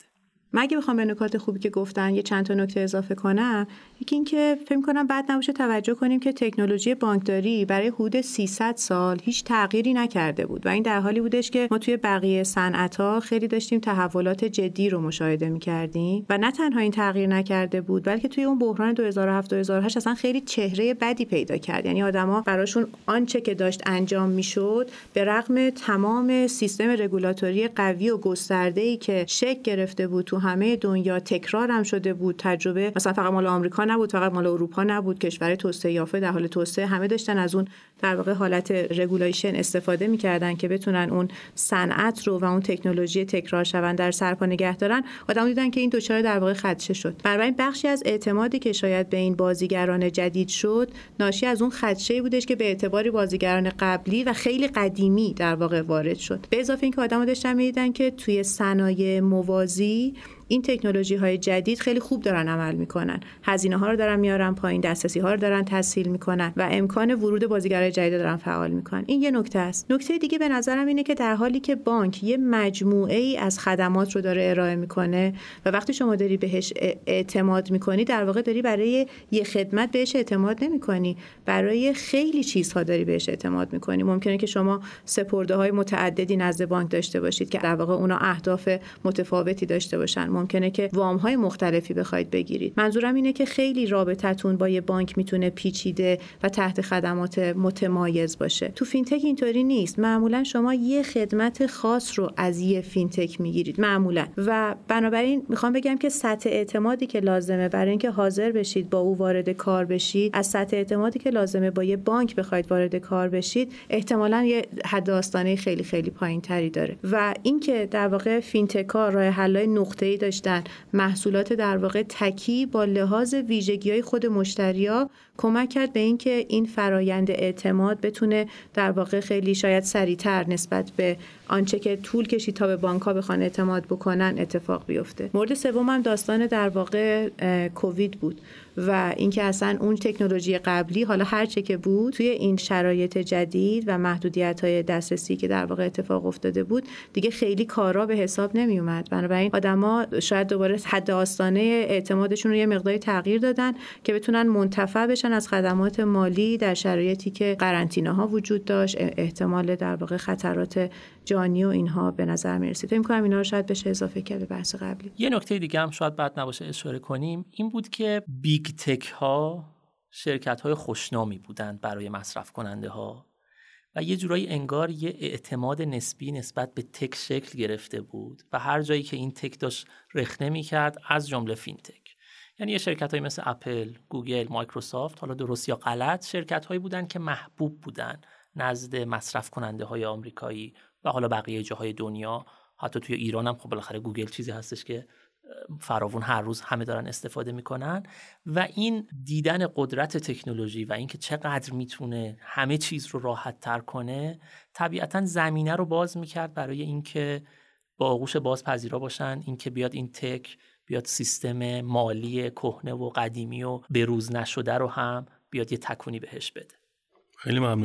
من اگه بخوام به نکات خوبی که گفتن یه چند تا نکته اضافه کنم، یکی این که فکر می‌کنم بد نباشه توجه کنیم که تکنولوژی بانکداری برای حدود 300 سال هیچ تغییری نکرده بود و این در حالی بودش که ما توی بقیه صنعت‌ها خیلی داشتیم تحولات جدی رو مشاهده می‌کردیم و نه تنها این تغییر نکرده بود بلکه توی اون بحران 2007 2008 اصلا خیلی چهره بدی پیدا کرد. یعنی آدما براشون آنچه که داشت انجام میشد به رغم تمام سیستم رگولاتوری قوی و گسترده‌ای که شکل گرفته بود تو همه دنیا، تکرار هم شده بود، تجربه مثلا فقط مال آمریکا نبود، فقط مال اروپا نبود، کشور توسعه یافته در حال توسعه همه داشتن از اون در واقع حالت رگولیشن استفاده می‌کردن که بتونن اون صنعت رو و اون تکنولوژی تکرار شوند در سرپا نگه دارن. آدم‌ها دیدن که این دچار در واقع خدشه شد. بنابراین بخشی از اعتمادی که شاید به این بازیگران جدید شد ناشی از اون خدشه‌ای بودش که به اعتباری بازیگران قبلی و خیلی قدیمی در واقع وارد شد. به اضافه اینکه آدم‌ها داشتن می‌دیدن که توی صنایع موازی این تکنولوژی‌های جدید خیلی خوب دارن عمل میکنن، هزینه‌ها رو دارن میارن پایین، دسترسی‌ها رو دارن تسهیل میکنن و امکان ورود بازیگرای جدید دارن فعال میکنن. این یه نکته است. نکته دیگه به نظرم اینه که در حالی که بانک یه مجموعه‌ای از خدمات رو داره ارائه میکنه و وقتی شما داری بهش اعتماد میکنی در واقع داری برای یه خدمت بهش اعتماد نمیکنی، برای خیلی چیزها داری بهش اعتماد میکنی. ممکنه که شما سپرده‌های متعددی نزد بانک داشته باشید که در واقع اونا اهداف متفاوتی داشته باشن، ممکنه که وام‌های مختلفی بخواید بگیرید. منظورم اینه که خیلی رابطتون با یه بانک میتونه پیچیده و تحت خدمات متمایز باشه. تو فینتک اینطوری نیست. معمولا شما یه خدمت خاص رو از یه فینتک میگیرید معمولا و بنابراین میخوام بگم که سطح اعتمادی که لازمه برای اینکه حاضر بشید با او وارد کار بشید، از سطح اعتمادی که لازمه با یه بانک بخواید وارد کار بشید احتمالاً یه حد آستانه خیلی خیلی پایین‌تری داره و اینکه در واقع فینتک‌ها راه حل‌های نقطه‌ای داشتن، محصولات در واقع تکی با لحاظ ویژگی‌های خود مشتری‌ها کمک کرد به اینکه این فرایند اعتماد بتونه در واقع خیلی شاید سریع‌تر نسبت به آنچه که طول کشید تا به بانک‌ها بخوان اعتماد بکنن اتفاق بیفته. مورد سوم هم داستان در واقع کووید بود و اینکه اصلا اون تکنولوژی قبلی حالا هر چه که بود توی این شرایط جدید و محدودیت‌های دسترسی که در واقع اتفاق افتاده بود دیگه خیلی کارا به حساب نمی اومد. بنابراین آدما شاید دوباره حد آستانه اعتمادشون رو یه مقداری تغییر دادن که بتونن منتفع بشن از خدمات مالی در شرایطی که قرنطینه‌ها وجود داشت، احتمال در واقع خطرات جانی و اینها به نظر می‌رسید. فکر می‌کنم اینا رو شاید بشه اضافه کرد به بحث قبلی. یه نکته دیگه هم شاید بد نباشه اشاره کنیم، این بود که بیگ تک ها شرکت‌های خوشنامی بودند برای مصرف کننده ها و یه جورایی انگار یه اعتماد نسبی نسبت به تک شکل گرفته بود و هر جایی که این تک داشت رخنه می‌کرد از جمله فینتک. یعنی یه شرکت‌هایی مثل اپل، گوگل، مایکروسافت، حالا درست یا غلط، شرکت‌هایی بودند که محبوب بودن نزد مصرف کننده‌های آمریکایی و حالا بقیه جاهای دنیا. حتی توی ایران هم خب بالاخره گوگل چیزی هستش که فراوون هر روز همه دارن استفاده میکنن و این دیدن قدرت تکنولوژی و اینکه چقدر میتونه همه چیز رو راحت تر کنه طبیعتاً زمینه رو باز میکرد برای اینکه با آغوش باز پذیرا باشن، اینکه بیاد این تک بیاد سیستم مالی کهنه و قدیمی و بروز نشده رو هم بیاد یه تکونی بهش بده. خیلی ممنون.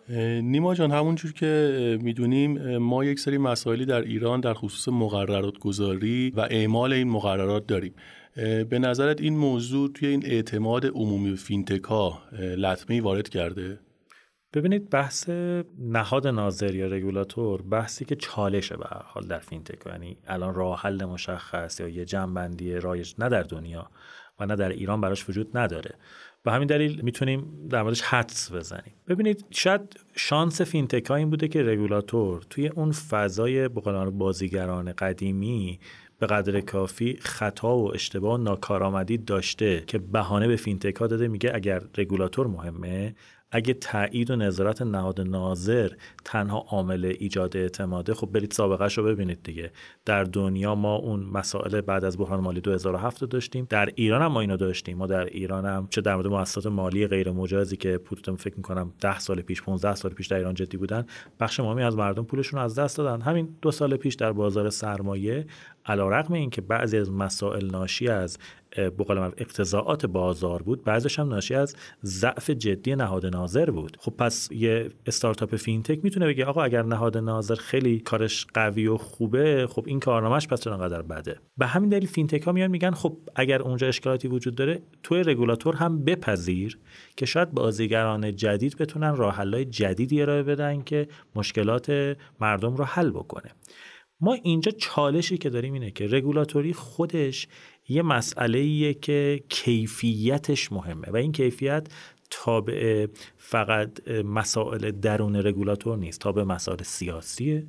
نیما جان، همونجور که میدونیم ما یک سری مسائلی در ایران در خصوص مقررات گذاری و اعمال این مقررات داریم. به نظرت این موضوع توی این اعتماد عمومی به فینتک ها لطمه‌ای وارد کرده؟ ببینید، بحث نهاد ناظر یا رگولاتور بحثی که چالشه به هر حال در فینتک، یعنی الان راه حل مشخص یا یه جنبندی رایج نه در دنیا و نه در ایران براش وجود نداره. به همین دلیل میتونیم در موردش حدس بزنیم. ببینید، شاید شانس فینتک ها این بوده که رگولاتور توی اون فضای بازیگران قدیمی به قدر کافی خطا و اشتباه و ناکارآمدی داشته که بهانه به فینتک ها داده، میگه اگر رگولاتور مهمه، اگه تایید و نظارت نهاد ناظر تنها عامل ایجاد اعتماده، خب برید سابقه‌اش رو ببینید دیگه. در دنیا ما اون مسائل بعد از بحران مالی 2007 رو داشتیم، در ایران هم ما اینو داشتیم. ما در ایران هم چه در مورد مؤسسات مالی غیر مجازی که پودتون فکر می‌کنم 10 سال پیش 15 سال پیش در ایران جدی بودن، بخش مهمی از مردم پولشون رو از دست دادن. همین 2 سال پیش در بازار سرمایه علیرغم اینکه بعضی از مسائل ناشی از بقول من اقتضاعات بازار بود، بعضیش هم ناشی از ضعف جدی نهاد ناظر بود. خب پس یه استارتاپ فینتک میتونه بگه آقا اگر نهاد ناظر خیلی کارش قوی و خوبه، خب این کارنامه‌اش پس چرا انقدر بده؟ به همین دلیل فینتک ها میان میگن خب اگر اونجا اشکالاتی وجود داره، توی رگولاتور هم بپذیر که شاید بازیگران جدید بتونن راه حل‌های جدیدی ارائه بدن که مشکلات مردم رو حل بکنه. ما اینجا چالشی که داریم اینه که رگولاتوری خودش یه مسئله‌ایه که کیفیتش مهمه و این کیفیت تابع فقط مسائل درون رگولاتور نیست، تابع مسائل سیاسیه،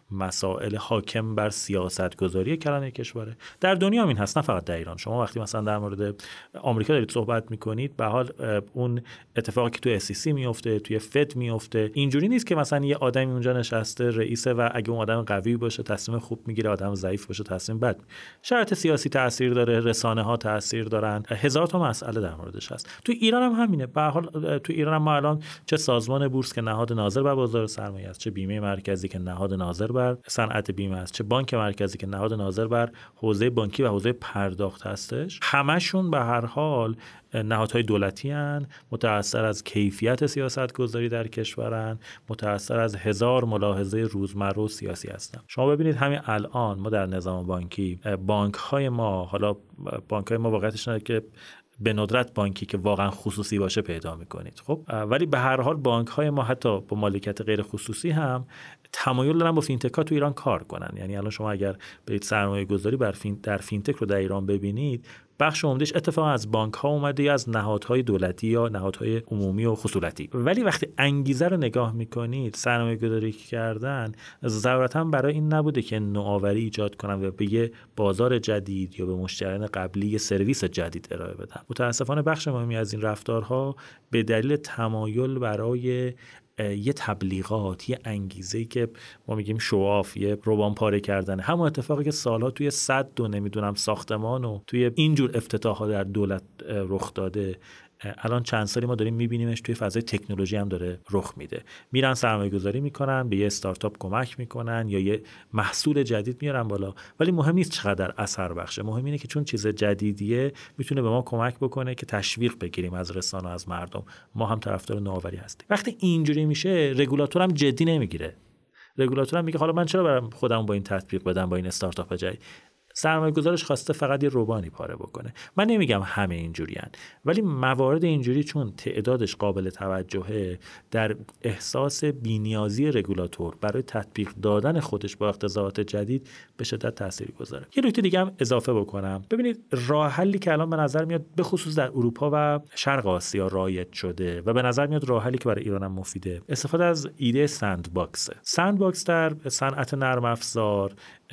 مسائل حاکم بر سیاست گذاری کلان کشوره. در دنیا هم این هست، نه فقط در ایران. شما وقتی مثلا در مورد آمریکا دارید صحبت میکنید، به حال اون اتفاقی که تو SEC میفته، توی فد میفته، اینجوری نیست که مثلا یه آدمی اونجا نشسته رئیسه و اگه اون آدم قوی باشه تصمیم خوب میگیره، آدم ضعیف باشه تصمیم بد. شرایط سیاسی تاثیر داره، رسانه ها تاثیر دارن، هزار تا مسئله در موردش هست. تو ایران هم همینه. به حال تو ایران هم ما الان چه سازمان بورس که نهاد ناظر بر بازار سرمایه است، چه بیمه مرکزی که نهاد ناظر بر صنعت بیمه است، چه بانک مرکزی که نهاد ناظر بر حوزه بانکی و حوزه پرداخت هستش، همشون به هر حال نهادهای دولتی هستند، متأثر از کیفیت سیاست گذاری در کشورن، متأثر از هزار ملاحظه روزمره و سیاسی هستن. شما ببینید همین الان ما در نظام بانکی، بانک های ما، حالا بانک های ما واقعیتش اینه که به ندرت بانکی که واقعا خصوصی باشه پیدا میکنید. خب ولی به هر حال بانک های ما حتی با مالکیت غیر خصوصی هم تمایل دارن با فینتک ها تو ایران کار کنن. یعنی الان شما اگر برید سرمایه گذاری در فینتک رو در ایران ببینید، بخش عمدهش اتفاقا از بانک ها اومده یا از نهادهای دولتی یا نهادهای عمومی و خصوصی. ولی وقتی انگیزه رو نگاه میکنید، سرمایه گذاری کردن ضرورتاً برای این نبوده که نوآوری ایجاد کنن و به یه بازار جدید یا به مشتریان قبلی یه سرویس جدید ارائه بدن. متاسفانه بخش مهمی از این رفتارها به دلیل تمایل برای یه تبلیغات، یه انگیزه‌ای که ما میگیم شواف، یه روبان پاره کردن، همون اتفاقی که سالها توی سد و نمیدونم ساختمان و توی اینجور افتتاحات در دولت رخ داده، الان چند سالی ما داریم میبینیمش توی فضای تکنولوژی هم داره رخ میده. میرن سرمایه گذاری میکنن، به یه استارتاپ کمک میکنن یا یه محصول جدید میارن بالا، ولی مهم نیست چقدر اثر بخشه، مهم اینه که چون چیز جدیدیه میتونه به ما کمک بکنه که تشویق بگیریم از رسانه، از مردم. ما هم طرفدار نوآوری هستیم. وقتی اینجوری میشه، رگولاتور هم جدی نمیگیره. رگولاتور هم میگه حالا من چرا برام خودم با این تطبیق بدم، با این استارتاپ جدید. سرمایه گذارش خواسته فقط یه روبانی پاره بکنه. من نمیگم همه اینجوریان، ولی موارد اینجوری چون تعدادش قابل توجهه، در احساس بی‌نیازی رگولاتور برای تطبیق دادن خودش با اقتضاعات جدید به شدت تاثیر گذاره. یه نکته دیگه هم اضافه بکنم. ببینید راه حلی که الان به نظر میاد به خصوص در اروپا و شرق آسیا رایج شده و به نظر میاد راه حلی که برای ایران هم مفیده، استفاده از ایده سندباکس. سندباکس در صنعت نرم افزار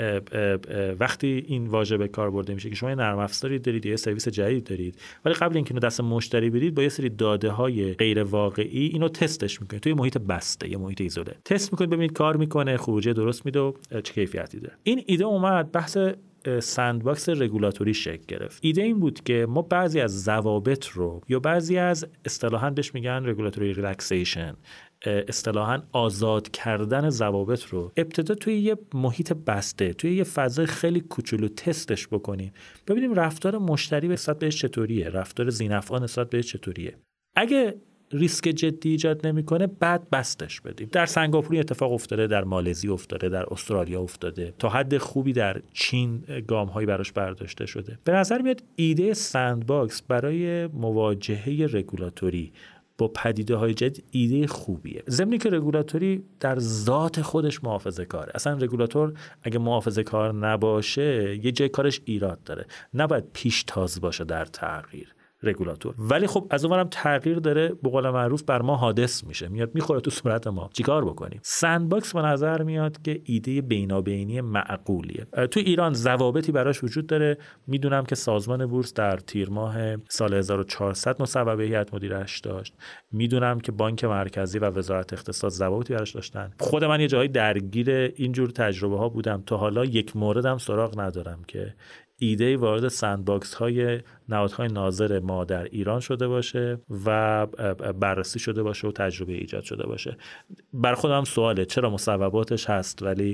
وقتی این واژه به کار برده میشه که شما یه نرم افزاری دارید، یه سرویس جدید دارید، ولی قبل اینکه اینو دست مشتری بدید با یه سری داده های غیر واقعی اینو تستش میکنید توی محیط بسته، یه محیط ایزوله تست میکنید، ببینید کار میکنه، خروجی درست میده و چه کیفیتی داره. این ایده اومد بحث سندباکس رگولاتوری شکل گرفت. ایده این بود که ما بعضی از ضوابط رو یا بعضی از اصطلاحاً بهش میگن رگولاتوری ریلکسیشن، اصطلاحاً آزاد کردن ضوابط رو ابتدا توی یه محیط بسته، توی یه فضای خیلی کوچولو تستش بکنیم، ببینیم رفتار مشتری نسبت بهش چطوریه، رفتار ذی‌نفعا نسبت بهش چطوریه. اگه ریسک جدی ایجاد نمیکنه بعد بستش بدیم. در سنگاپور اتفاق افتاده، در مالزی افتاده، در استرالیا افتاده، تا حد خوبی در چین گام‌هایی براش برداشته شده. به نظر میاد ایده سندباکس برای مواجهه رگولاتوری با پدیده‌های جدید ایده خوبیه. ضمن که رگولاتوری در ذات خودش محافظه‌کاره. اصلا رگولاتور اگه محافظه‌کار نباشه یه جای کارش ایراد داره. نباید پیشتاز باشه در تغییر رگولاتور. ولی خب از اونورم تغییر داره به قول معروف بر ما حادث میشه، میاد میخوره تو صورت ما. چیکار بکنیم؟ سندباکس به نظر میاد که ایده بینابینی معقولیه. تو ایران ضوابطی براش وجود داره. میدونم که سازمان بورس در تیر ماه سال 1400 مصوبه هیئت مدیرش داشت. میدونم که بانک مرکزی و وزارت اقتصاد ضوابطی براش داشتن. خود من یه جایی درگیر اینجور تجربه ها بودم. تا حالا یک موردم سراغ ندارم که ایده وارد سندباکس های نهادهای ناظر ما در ایران شده باشه و بررسی شده باشه و تجربه ایجاد شده باشه. بر خودم سواله چرا مصوباتش هست ولی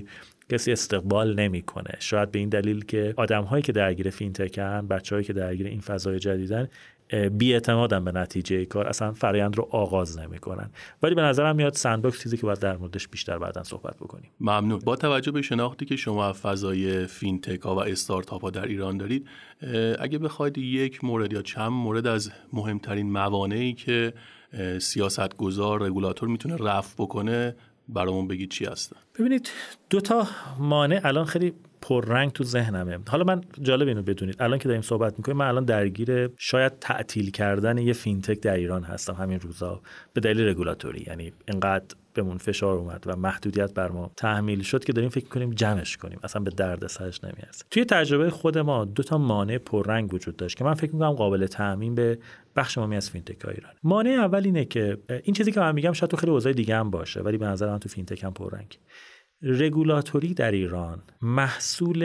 کسی استقبال نمیکنه. شاید به این دلیل که آدم‌هایی که درگیر فینتکن، بچه‌هایی که درگیر این فضای جدیدن، بی‌اعتمادن به نتیجه کار، اصلا فرآیند رو آغاز نمی‌کنن. ولی به نظرم میاد سندباکس چیزی که باید در موردش بیشتر بعداً صحبت بکنیم. ممنون. با توجه به شناختی که شما از فضای فینتک ها و استارتاپ ها در ایران دارید، اگه بخواید یک مورد یا چند مورد از مهمترین موانعی که سیاستگزار، رگولاتور میتونه رفع بکنه برامون بگید چی هستن؟ ببینید 2 مانع الان خیلی پررنگ تو ذهنمه. حالا من جالب اینو بدونید، الان که داریم صحبت میکنیم، من الان درگیر شاید تعطیل کردن یه فینتک در ایران هستم همین روزا به دلیل رگولاتوری. یعنی اینقدر بهمون فشار اومد و محدودیت بر ما تحمیل شد که داریم فکر کنیم جمعش کنیم، اصلا به درد سرش نمیارزه. توی تجربه خود ما 2 مانع پررنگ وجود داشت که من فکر میکنم قابل تعمیم به بخش عمومی از فینتک ها ایران. مانع اول اینه که این چیزی که من میگم شاید تو خیلی حوزه‌های دیگه هم باشه، ولی به نظر من تو فینتک هم پررنگ. رگولاتوری در ایران محصول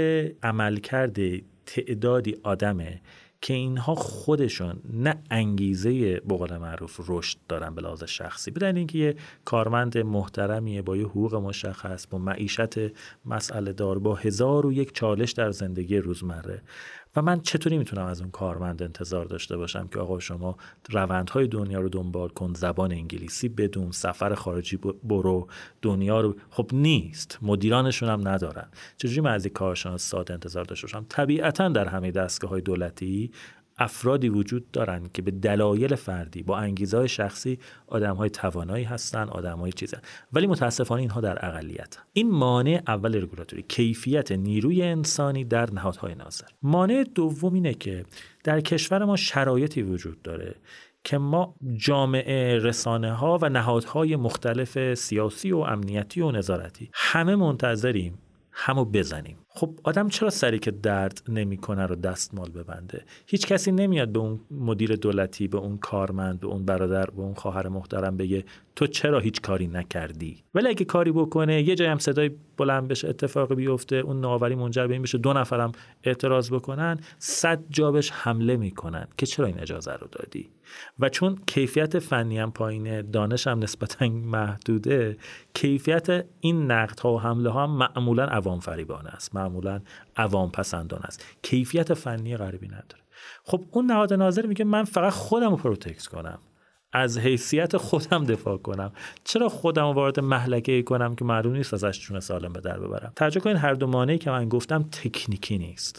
عملکرد تعدادی آدمه که اینها خودشون نه انگیزه به قول معروف رشد دارن به لحاظ شخصی، بدون اینکه یه کارمند محترمیه با یه حقوق مشخص، با معیشت مسئله دار، با 1001 چالش در زندگی روزمره. و من چطوری میتونم از اون کارمند انتظار داشته باشم که آقا شما روندهای دنیا رو دنبال کن، زبان انگلیسی بدون، سفر خارجی برو، دنیا رو، خب نیست، مدیرانشون هم ندارن. چجوری من از یک کارشناس ساده انتظار داشته باشم؟ طبیعتاً در همه دستگاه‌های دولتی افرادی وجود دارن که به دلایل فردی با انگیزه‌های شخصی آدم‌های توانایی هستن، آدم‌های چیزن، ولی متاسفانه اینها در اقلیت. این مانع اول رگولاتوری، کیفیت نیروی انسانی در نهادهای ناظر. مانع دوم اینه که در کشور ما شرایطی وجود داره که ما جامعه، رسانه‌ها و نهادهای مختلف سیاسی و امنیتی و نظارتی همه منتظریم همو بزنیم. خب آدم چرا سری که درد نمیکنه رو دستمال ببنده؟ هیچ کسی نمیاد به اون مدیر دولتی، به اون کارمند، به اون برادر، به اون خواهر محترم بگه تو چرا هیچ کاری نکردی. ولی اگه کاری بکنه، یه جایی هم صدای بلند بشه، اتفاقی بیفته، اون نوآوری منجر به این بشه 2 نفرم اعتراض بکنن، 100 جا بهش حمله میکنن که چرا این اجازه رو دادی. و چون کیفیت فنی هم پایینه، دانش هم نسبتاً محدوده، کیفیت این نقدها و حمله ها هم معمولاً عوام فریبانه است، معمولاً عوام پسندانه است، کیفیت فنی غریبی نداره. خب اون نهاد ناظر میگه من فقط خودم رو پروتکت کنم، از حیثیت خودم دفاع کنم، چرا خودم رو وارد مهلکه‌ای کنم که معلوم نیست ازش جون سالم به در ببرم. توجه کنین هر 2 مانعی که من گفتم تکنیکی نیست،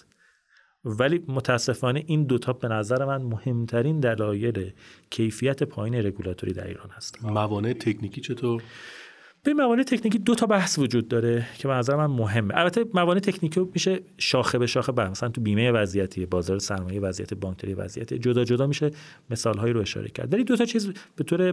ولی متاسفانه این 2 به نظر من مهمترین دلایل کیفیت پایین رگولاتوری در ایران هست. موانع تکنیکی چطور؟ به موانع تکنیکی 2 بحث وجود داره که به نظر من مهمه. البته موانع تکنیکی میشه شاخه به شاخه بحث، مثلا تو بیمه وضعیتی، بازار سرمایه وضعیتی، بانکداری وضعیتی، جدا جدا میشه مثالهایی رو اشاره کرد. ولی 2 چیز به طور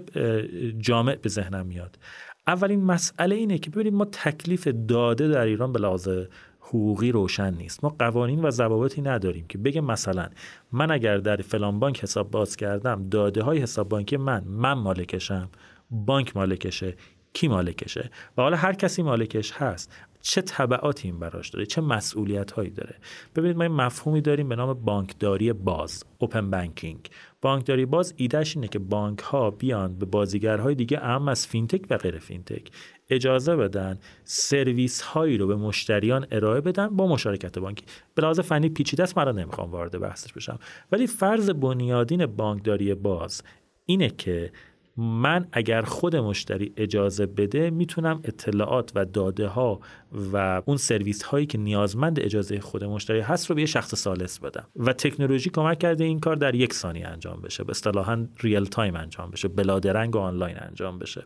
جامع به ذهنم میاد. اولین مسئله اینه که ببینید ما تکلیف داده در ایران به لحاظ حقوقی روشن نیست. ما قوانین و ضوابطی نداریم که بگه مثلا من اگر در فلان بانک حساب باز کردم، داده های حساب بانکی من مالکشم، بانک مالکشه، کی مالکشه و حالا هر کسی مالکش هست چه تبعاتی این براش داره، چه مسئولیت هایی داره. ببینید ما این مفهومی داریم به نام بانکداری باز، اوپن بانکینگ. بانکداری باز ایدهش اینه که بانک ها بیان به بازیگرهای دیگه اهم از فینتک و غیر فینتک اجازه بدن سرویس هایی رو به مشتریان ارائه بدن با مشارکت بانکی. به لحاظ فنی پیچیده است، من نمیخوام وارد بحثش بشم، ولی فرض بنیادین بانکداری باز اینه که من اگر خود مشتری اجازه بده میتونم اطلاعات و داده ها و اون سرویس هایی که نیازمند اجازه خود مشتری هست رو به یه شخص ثالث بدم و تکنولوژی کمک کرده این کار در 1 ثانیه انجام بشه، به اصطلاحاً ریل تایم انجام بشه، بلا درنگ و آنلاین انجام بشه.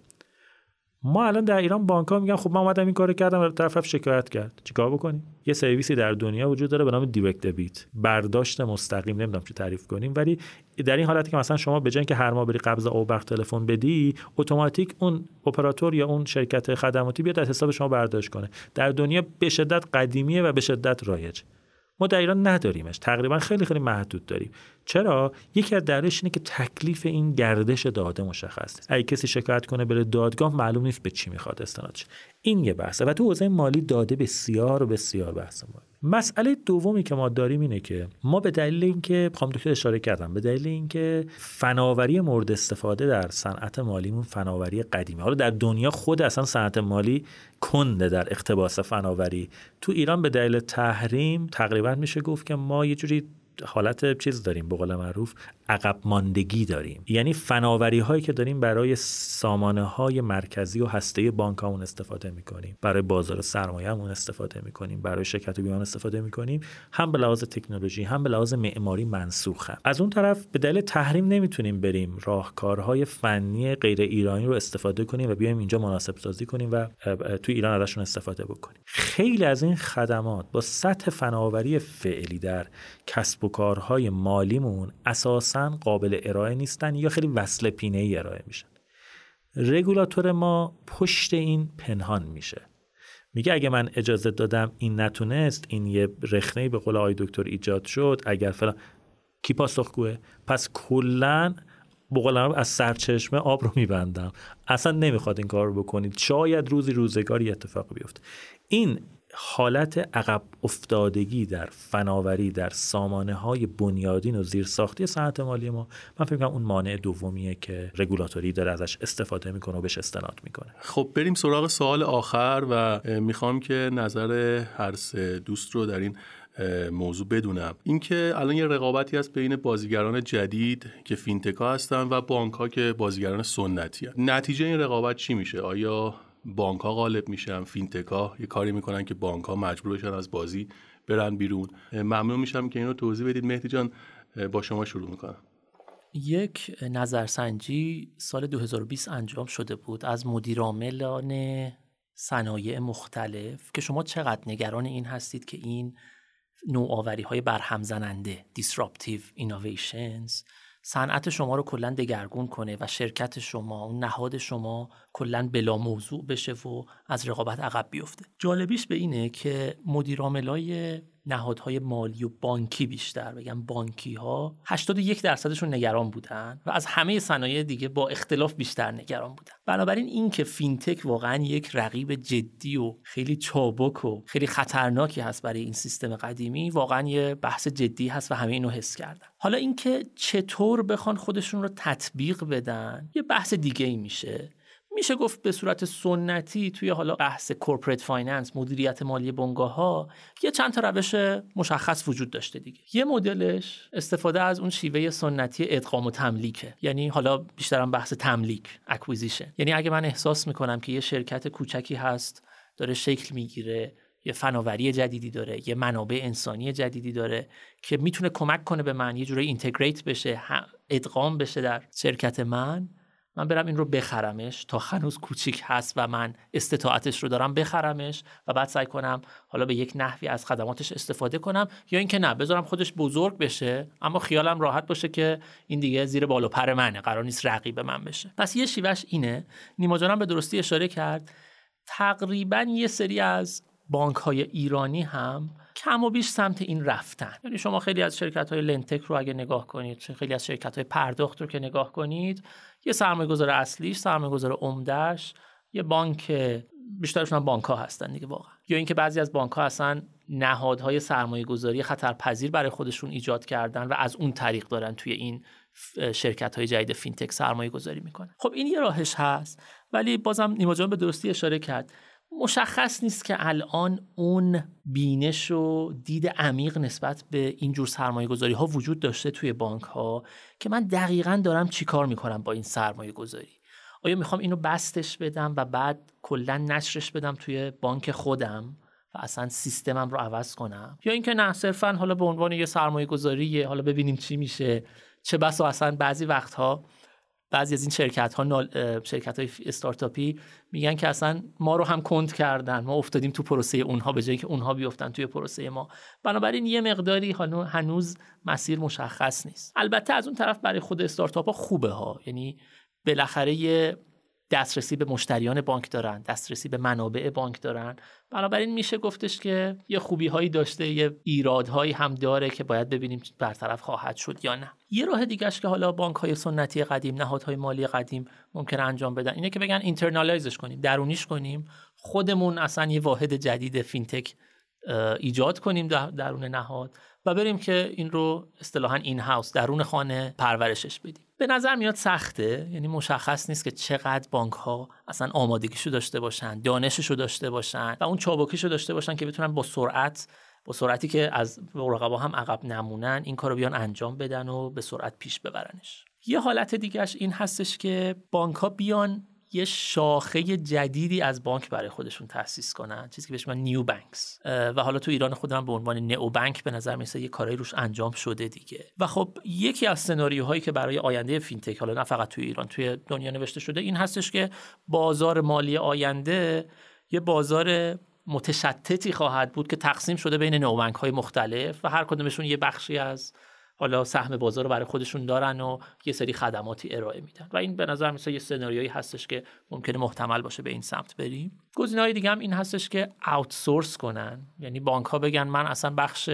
ما الان در ایران بانک‌ها میگن خب من اومدم این کارو کردم و طرف شکایت کرد، چیکار بکنیم؟ یه سرویسی در دنیا وجود داره به نام دایرکت دبیت، برداشت مستقیم، نمیدونم چه تعریف کنیم، ولی در این حالتی که مثلا شما به جای اینکه هر ماه بری قبض اوبر تلفن بدی، اتوماتیک اون اپراتور یا اون شرکت خدماتی بیاد از حساب شما برداشت کنه. در دنیا به شدت قدیمیه و به شدت رایج. ما در ایران نداریمش، تقریبا خیلی خیلی محدود داریم. چرا؟ یکی از دلایلش اینه که تکلیف این گردش داده مشخص نیست. اگه کسی شکایت کنه بره دادگاه، معلوم نیست به چی میخواد استناد شه. این یه بحثه و تو حوزه مالی داده بسیار و بسیار بحث مهمه. مسئله دومی که ما داریم اینه که ما به دلیل اینکه خانم دکتر اشاره کردم، به دلیل اینکه فناوری مورد استفاده در صنعت مالیمون فناوری قدیمی، حالا در دنیا خود اصلا صنعت مالی کنده در اقتباس فناوری، تو ایران به دلیل تحریم تقریبا میشه گفت که ما یه جوری حالت چیز داریم، به قول معروف عقب ماندگی داریم. یعنی فناوری هایی که داریم برای سامانه های مرکزی و هسته بانک هامون استفاده میکنیم، برای بازار سرمایه همون استفاده میکنیم، برای شرکت بیمه استفاده میکنیم، هم به لحاظ تکنولوژی هم به لحاظ معماری منسوخه. از اون طرف به دلیل تحریم نمیتونیم بریم راهکارهای فنی غیر ایرانی رو استفاده کنیم و بیایم اینجا مناسب سازی کنیم و تو ایران ازشون استفاده بکنیم. خیلی از این خدمات با سطح فناوری فعلی در کسب و کارهای مالیمون اساساً قابل ارائه نیستن یا خیلی وصله پینه‌ای ارائه میشن. رگولاتور ما پشت این پنهان میشه، میگه اگه من اجازه دادم این نتونست، این یه رخنه‌ای به قول آقای دکتر ایجاد شد، اگر فلان، کی پاسخگوه؟ پس کلاً به قول معروف از سرچشمه آب رو میبندم، اصلا نمیخواد این کار رو بکنید، شاید روزگاری اتفاق بیفته. این حالت عقب افتادگی در فناوری، در سامانه‌های بنیادین و زیرساختی صنعت مالی ما، من فکر می‌کنم اون مانع دومیه که رگولاتوری داره ازش استفاده میکنه و بهش استناد میکنه. خب بریم سراغ سوال آخر و میخوام که نظر هر سه دوست رو در این موضوع بدونم. اینکه الان یه رقابتی هست بین بازیگران جدید که فینتک‌ها هستن و بانک‌ها که بازیگران سنتی هستن. نتیجه این رقابت چی میشه؟ آیا بانک‌ها غالب میشن، فینتک‌ها یه کاری میکنن که بانک‌ها مجبور بشن از بازی برن بیرون؟ ممنون میشم که اینو توضیح بدید. مهدی جان با شما شروع میکنم. یک نظرسنجی سال 2020 انجام شده بود از مدیرعاملان صنایع مختلف که شما چقدر نگران این هستید که این نوآوری‌های برهم زننده disruptive innovations صنعت شما رو کلاً دگرگون کنه و شرکت شما، اون نهاد شما کلاً بلا موضوع بشه و از رقابت عقب بیفته. جالبیش به اینه که مدیرعاملای نهادهای مالی و بانکی، بیشتر بگم بانکی ها، 81% نگران بودن و از همه صنایع دیگه با اختلاف بیشتر نگران بودن. بنابراین این که فینتک واقعا یک رقیب جدی و خیلی چابک و خیلی خطرناکی هست برای این سیستم قدیمی، واقعا یه بحث جدی هست و همه اینو حس کردن. حالا اینکه چطور بخوان خودشون رو تطبیق بدن یه بحث دیگه ای میشه گفت به صورت سنتی توی حالا بحث کورپوریت فایننس، مدیریت مالی بنگاه‌ها، یه چند تا روش مشخص وجود داشته دیگه. یه مدلش استفاده از اون شیوه سنتی ادغام و تملیکه، یعنی حالا بیشترم بحث تملیک، اکویزیشن. یعنی اگه من احساس میکنم که یه شرکت کوچکی هست داره شکل میگیره، یه فناوری جدیدی داره، یه منابع انسانی جدیدی داره که میتونه کمک کنه به من یه جوری اینتگریت بشه، ادغام بشه در شرکت من برم این رو بخرمش، تا هنوز کوچیک هست و من استطاعتش رو دارم بخرمش و بعد سعی کنم حالا به یک نحوی از خدماتش استفاده کنم، یا اینکه نه، بذارم خودش بزرگ بشه اما خیالم راحت باشه که این دیگه زیر بال و پر منه، قرار نیست رقیب من بشه. پس یه شیوهش اینه. نیما جانم به درستی اشاره کرد، تقریبا یه سری از بانک‌های ایرانی هم کم و بیش سمت این رفتن. یعنی شما خیلی از شرکت‌های لنتک رو اگه نگاه کنید، خیلی از شرکت‌های پرداخت رو که نگاه کنید، یه سرمایه‌گذار اصلیش، سرمایه‌گذار عمده‌اش یه بانک، بیشترشون هم بانک‌ها هستن دیگه واقعا. یا اینکه بعضی از بانک‌ها اصلا نهادهای سرمایه‌گذاری خطرپذیر برای خودشون ایجاد کردن و از اون طریق دارن توی این شرکت‌های جدید فینتک سرمایه‌گذاری میکنن. خب این یه راهش هست، ولی بازم نیما جان به درستی اشاره کرد، مشخص نیست که الان اون بینش و دید عمیق نسبت به اینجور سرمایه‌گذاری ها وجود داشته توی بانک ها که من دقیقاً دارم چی کار میکنم با این سرمایه‌گذاری. آیا میخوام اینو بستش بدم و بعد کلاً نشرش بدم توی بانک خودم و اصلا سیستمم رو عوض کنم، یا اینکه نه، صرفاً حالا به عنوان یه سرمایه‌گذاری حالا ببینیم چی میشه. چه بسا اصلا بعضی وقتها بعضی از این شرکت‌های استارتاپی میگن که اصلا ما رو هم کند کردن، ما افتادیم تو پروسه اونها به جایی که اونها بیافتن توی پروسه ما. بنابراین یه مقداری هنوز مسیر مشخص نیست. البته از اون طرف برای خود استارتاپ‌ها خوبه ها، یعنی بالاخره یه دسترسی به مشتریان بانک دارن، دسترسی به منابع بانک دارن. بنابراین میشه گفتش که یه خوبی‌هایی داشته، یه ایرادهایی هم داره که باید ببینیم برطرف خواهد شد یا نه. یه راه دیگه‌اش که حالا بانک‌های سنتی قدیم، نهادهای مالی قدیم ممکنه انجام بدن اینه که بگن اینترنالایزش کنیم، درونیش کنیم، خودمون اصلا یه واحد جدید فینتک ایجاد کنیم درون نهاد و بریم که این رو اصطلاحاً این هاوس درون خانه پرورشش بدیم. به نظر میاد سخته، یعنی مشخص نیست که چقدر بانک‌ها اصلا آمادگیشو داشته باشن، دانششو داشته باشن و اون چابکیشو داشته باشن که بتونن با سرعتی که از رقبا هم عقب نمونن این کارو بیان انجام بدن و به سرعت پیش ببرنش. یه حالت دیگهش این هستش که بانک‌ها بیان یه شاخه جدیدی از بانک برای خودشون تأسیس کنن، چیزی که بهش میگن نیو بانکس، و حالا تو ایران خودم به عنوان نئو بانک به نظر میاد یه کارایی روش انجام شده دیگه. و خب یکی از سناریوهایی که برای آینده فینتک، حالا نه فقط تو ایران، توی دنیا نوشته شده این هستش که بازار مالی آینده یه بازار متشتتی خواهد بود که تقسیم شده بین نئو بانک‌های مختلف و هر کدومشون یه بخشی از حالا سهم بازار رو برای خودشون دارن و یه سری خدماتی ارائه میدن و این به نظر میاد یه سناریویی هستش که ممکنه محتمل باشه به این سمت بریم. گزینه‌های دیگه هم این هستش که آوتسورس کنن، یعنی بانک‌ها بگن من اصلا بخش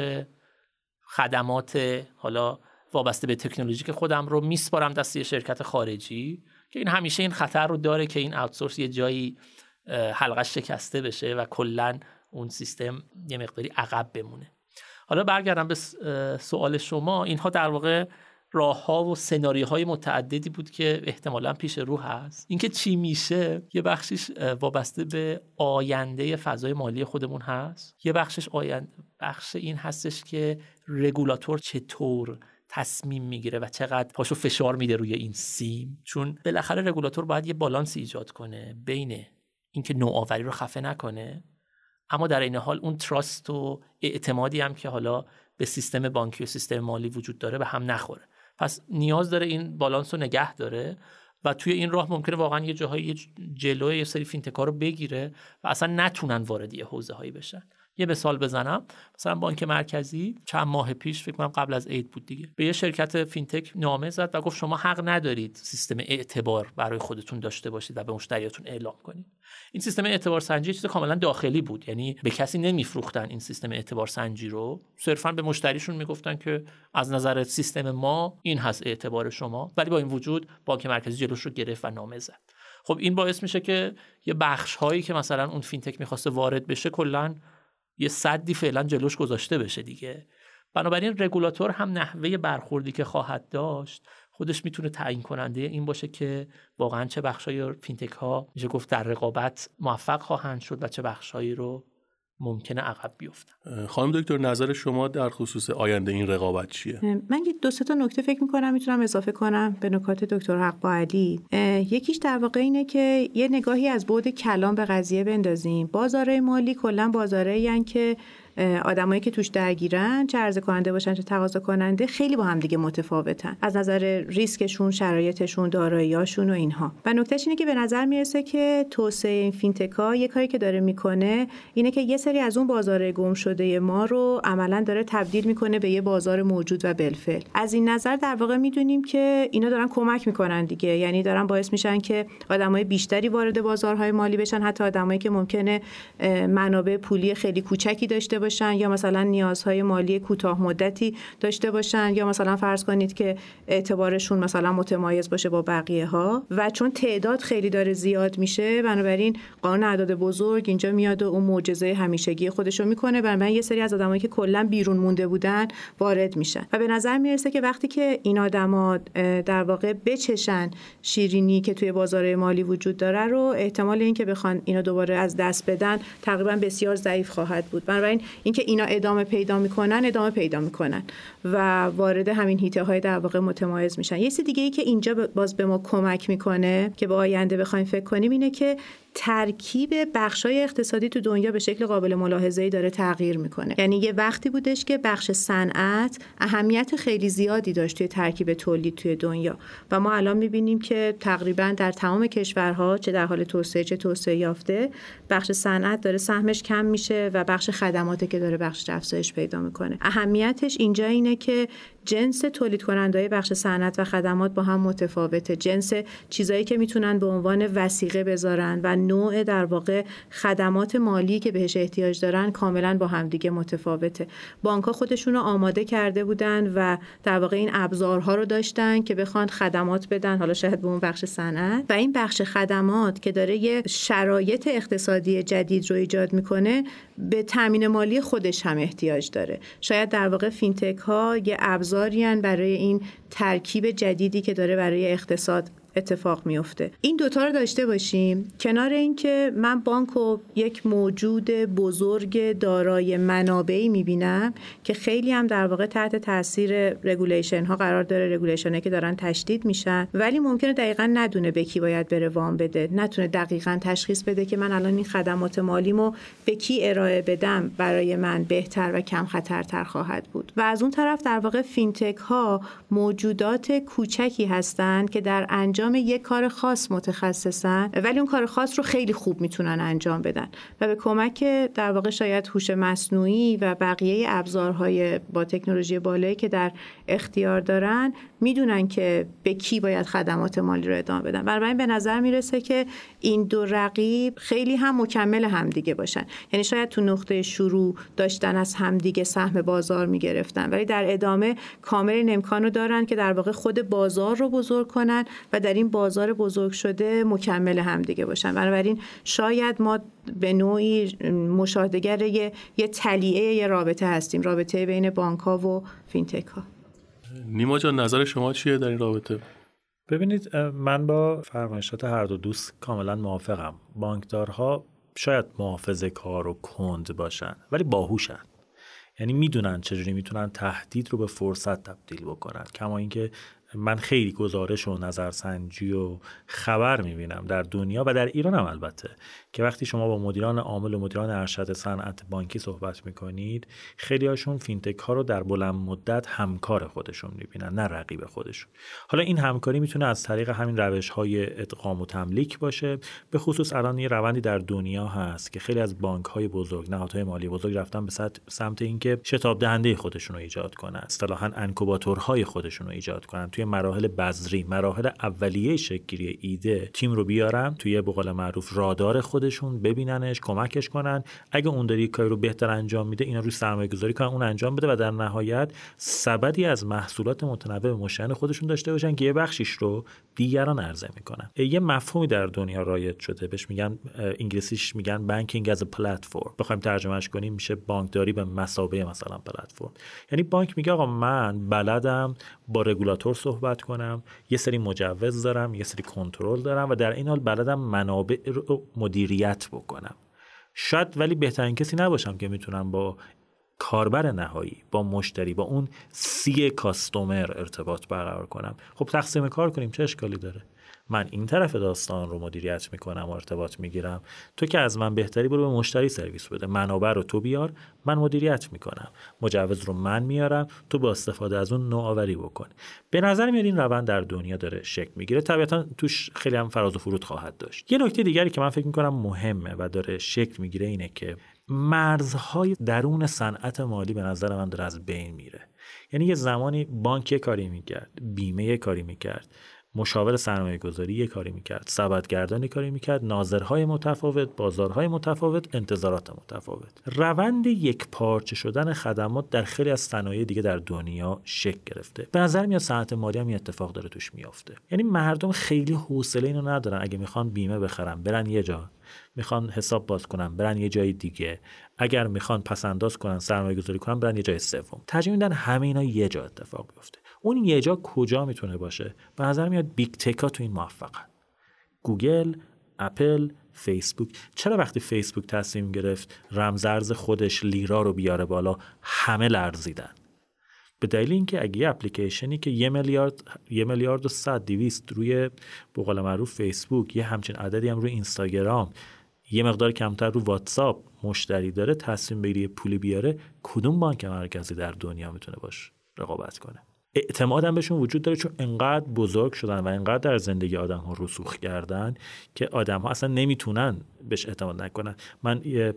خدمات حالا وابسته به تکنولوژی که خودم رو میسپارم دست یه شرکت خارجی، که این همیشه این خطر رو داره که این آوتسورس یه جایی حلقش شکسته بشه و کلاً اون سیستم یه مقداری عقب بمونه. حالا برگردم به سوال شما، اینها در واقع راه‌ها و سناریوهای متعددی بود که احتمالاً پیش رو هست. اینکه چی میشه یه بخشش وابسته به آینده فضای مالی خودمون هست، یه بخشش بخش این هستش که رگولاتور چطور تصمیم میگیره و چقدر پاشو فشار میده روی این سیم، چون بالاخره رگولاتور باید یه بالانس ایجاد کنه بین اینکه نوآوری رو خفه نکنه اما در این حال اون تراست و اعتمادی هم که حالا به سیستم بانکی و سیستم مالی وجود داره به هم نخوره. پس نیاز داره این بالانس رو نگه داره و توی این راه ممکنه واقعا یه جاهایی جلوی یه سری فینتک‌ها رو بگیره و اصلا نتونن وارد یه حوزه‌هایی بشن. یه مثال بزنم، مثلا بانک مرکزی چند ماه پیش فکر کنم قبل از عید بود دیگه، به یه شرکت فینتک نامه زد و گفت شما حق ندارید سیستم اعتبار برای خودتون داشته باشید و به مشتریاتون اعلام کنید. این سیستم اعتبار سنجی چیز کاملا داخلی بود، یعنی به کسی نمیفروختن این سیستم اعتبار سنجی رو، صرفا به مشتریشون میگفتن که از نظر سیستم ما این هست اعتبار شما، ولی با این وجود بانک مرکزی جلوش رو گرفت و نامه زد. خب این باعث میشه که یه بخش هایی که مثلا اون فینتک میخواسته وارد بشه کلا یه سدی فعلا جلوش گذاشته بشه دیگه. بنابراین رگولاتور هم نحوه برخوردی که خواهد داشت خودش میتونه تعیین کننده این باشه که واقعا چه بخشای فینتک ها میشه گفت در رقابت موفق خواهند شد و چه بخشایی رو ممکنه عقب بیفتن. خانم دکتر نظر شما در خصوص آینده این رقابت چیه؟ من دو سه تا نکته فکر می‌کنم میتونم اضافه کنم به نکات دکتر حق علی. یکیش در واقع اینه که یه نگاهی از بعد کلام به قضیه بندازیم. بازارهای مالی کلا بازارهایی هستن که آدمایی که توش درگیرن، چه عرضه کننده باشن چه تقاضا کننده، خیلی با هم دیگه متفاوتن از نظر ریسکشون، شرایطشون، داراییاشون و اینها. و نکتهش اینه که به نظر میرسه که توسعه این فینتک‌ها یه کاری که داره میکنه اینه که یه سری از اون بازار گم شده ما رو عملاً داره تبدیل میکنه به یه بازار موجود و بالفعل. از این نظر در واقع میدونیم که اینا دارن کمک میکنن دیگه، یعنی دارن باعث میشن که آدمای بیشتری وارد بازارهای مالی بشن، حتی آدمایی که ممکنه منابع پولی خیلی کوچکی داشته باشن یا مثلا نیازهای مالی کوتاه مدتی داشته باشن یا مثلا فرض کنید که اعتبارشون مثلا متمایز باشه با بقیه ها و چون تعداد خیلی داره زیاد میشه بنابراین قانون اعداد بزرگ اینجا میاد و اون معجزه همیشگی خودشو میکنه، بنابراین یه سری از آدمایی که کلا بیرون مونده بودن وارد میشن و به نظر میرسه که وقتی که این آدما در واقع بچشن شیرینی که توی بازار مالی وجود داره رو احتمال اینکه بخوان اینا دوباره از دست بدن تقریبا بسیار ضعیف خواهد بود. بنابراین اینکه اینا ادامه پیدا میکنن و وارد همین حیطه های در واقع متمایز میشن. یه چیز دیگه ای که اینجا باز به ما کمک میکنه که به آینده بخوایم فکر کنیم اینه که ترکیب بخشای اقتصادی تو دنیا به شکل قابل ملاحظه‌ای داره تغییر میکنه. یعنی یه وقتی بودش که بخش صنعت اهمیت خیلی زیادی داشت توی ترکیب تولید توی دنیا و ما الان میبینیم که تقریبا در تمام کشورها چه در حال توسعه چه توسعه یافته بخش صنعت داره سهمش کم میشه و بخش خدماتی که داره بخش افزایش پیدا میکنه. اهمیتش اینجا اینه که جنس تولید کننده‌های بخش صنعت و خدمات با هم متفاوته. جنس چیزایی که میتونن به عنوان وثیقه بذارن و نوع در واقع خدمات مالی که بهش احتیاج دارن کاملا با همدیگه متفاوته. بانک‌ها خودشون رو آماده کرده بودن و در واقع این ابزارها رو داشتن که بخوان خدمات بدن، حالا شاید به اون بخش صنعت، و این بخش خدمات که داره یه شرایط اقتصادی جدید رو ایجاد میکنه به تامین مالی خودش هم احتیاج داره. شاید در واقع فینتک ها یه ابزاری هن برای این ترکیب جدیدی که داره برای اقتصاد اتفاق میفته. این دوتا رو داشته باشیم کنار این که من بانکو یک موجود بزرگ دارای منابعی میبینم که خیلی هم در واقع تحت تاثیر رگولیشن ها قرار داره، رگولیشن که دارن تشدید میشن، ولی ممکنه دقیقاً ندونه به کی باید بره وام بده، نتونه دقیقاً تشخیص بده که من الان این خدمات مالیمو به کی ارائه بدم برای من بهتر و کم خطرتر خواهد بود. و از اون طرف در واقع فینتک ها موجودات کوچکی هستن که در انجام یک کار خاص متخصصن، ولی اون کار خاص رو خیلی خوب میتونن انجام بدن و به کمک در واقع شاید هوش مصنوعی و بقیه ابزارهای با تکنولوژی بالایی که در اختیار دارن میدونن که به کی باید خدمات مالی رو ادامه بدن. بنابراین به نظر میرسه که این دو رقیب خیلی هم مکمل همدیگه باشن. یعنی شاید تو نقطه شروع داشتن از همدیگه سهم بازار میگرفتن، ولی در ادامه کامل این امکانو دارن که در واقع خود بازار رو بزرگ کنن و در این بازار بزرگ شده مکمل همدیگه باشن. بنابراین شاید ما به نوعی مشاهده‌گر یه تلیعه یه رابطه هستیم، رابطه بین بانک‌ها و فینتک‌ها. نیما جان نظر شما چیه در این رابطه؟ ببینید، من با فرمایشات هر دو دوست کاملا موافقم. بانکدارها شاید محافظه‌کار و کند باشن ولی باهوشن، یعنی میدونن چجوری میتونن تهدید رو به فرصت تبدیل بکنن. کما اینکه من خیلی گزارش و نظرسنجی و خبر میبینم در دنیا و در ایران هم البته که وقتی شما با مدیران عامل و مدیران ارشد صنعت بانکی صحبت میکنید، خیلی هاشون فینتک ها رو در بلند مدت همکار خودشون میبینن، نه رقیب خودشون. حالا این همکاری میتونه از طریق همین روش های ادغام و تملیک باشه. به خصوص الان یه روندی در دنیا هست که خیلی از بانک های بزرگ، نهادهای مالی بزرگ رفتن به سمت اینکه شتاب دهنده خودشون رو ایجاد کنن، اصطلاحاً انکوباتورهای خودشون رو ایجاد کنن، توی مراحل بذری، مراحل اولیه شکل‌گیری ایده تیم رو بیارن توی به قول معروف رادار خودشون، ببیننش، کمکش کنن. اگه اون داره کاری رو بهتر انجام میده، اینا روی سرمایه‌گذاری کنن اون انجام بده و در نهایت سبدی از محصولات متنوع به مشتریان خودشون داشته باشن که یه بخشیش رو دیگران عرضه میکنن. یه مفهومی در دنیا رایج شده، بهش میگن، انگلیسیش میگن بانکینگ از پلتفرم. بخوایم ترجمهش کنیم میشه بانکداری به مثابه مثلا پلتفرم. یعنی بانک میگه آقا من بلدم با رگولاتور صحبت کنم، یه سری مجوز دارم، یه سری کنترل دارم و در این حال بلدم منابع رو مدیریت بکنم. شاید ولی بهترین کسی نباشم که میتونم با کاربر نهایی، با مشتری، با اون سی کاستومر ارتباط برقرار کنم. خب تقسیم کار کنیم، چه اشکالی داره؟ من این طرف داستان رو مدیریت میکنم و ارتباط میگیرم، تو که از من بهتری برو به مشتری سرویس بده. منابع رو تو بیار، من مدیریت میکنم. مجوز رو من میارم، تو با استفاده از اون نوآوری بکن. به نظر میاد این روند در دنیا داره شکل میگیره. طبیعتا توش خیلی هم فراز و فرود خواهد داشت. یه نکته دیگری که من فکر میکنم مهمه و داره شکل میگیره اینه که مرزهای درون صنعت مالی به نظر من داره از بین میره. یعنی یه زمانی بانک یه کاری میکرد، بیمه یه کاری میکرد، مشاور سرمایه گذاری یه کاری میکرد، سبدگردانی کاری میکرد، ناظرهای متفاوت، بازارهای متفاوت، انتظارات متفاوت. روند یک پارچه شدن خدمات در خیلی از صنایع دیگه در دنیا شکل گرفته. به نظر میاد صنعت مالی هم این اتفاق داره توش میافته. یعنی مردم خیلی حوصله اینو ندارن، اگه میخوان بیمه بخرن برن یه جا، میخوان حساب باز کنن برن یه جای دیگه، اگر میخوان پس انداز کنن، سرمایه گذاری کنن، برن یه جای سوم. ترجیح میدن همه اینا یه جا اتفاق بیفته. اون یه جا کجا میتونه باشه؟ به نظر میاد بیگ تکا تو این موفقن. گوگل، اپل، فیسبوک. چرا وقتی فیسبوک تصمیم گرفت رمزارز خودش لیرا رو بیاره بالا همه لرزیدن؟ به دلیل اینکه اگه یه اپلیکیشنی که 1,100,000,000 و 100,200 روی به قول معروف فیسبوک، یه همچین عددی هم روی اینستاگرام، یه مقدار کمتر رو واتساپ مشتری داره، تصمیم بگیره پولی بیاره، کدوم بانک مرکزی در دنیا میتونه باش رقابت کنه؟ اعتمادم بهشون وجود داره چون انقدر بزرگ شدن و انقدر در زندگی آدم ها رسوخ کردن که آدم ها اصلا نمیتونن بهش اعتماد نکنن. من یه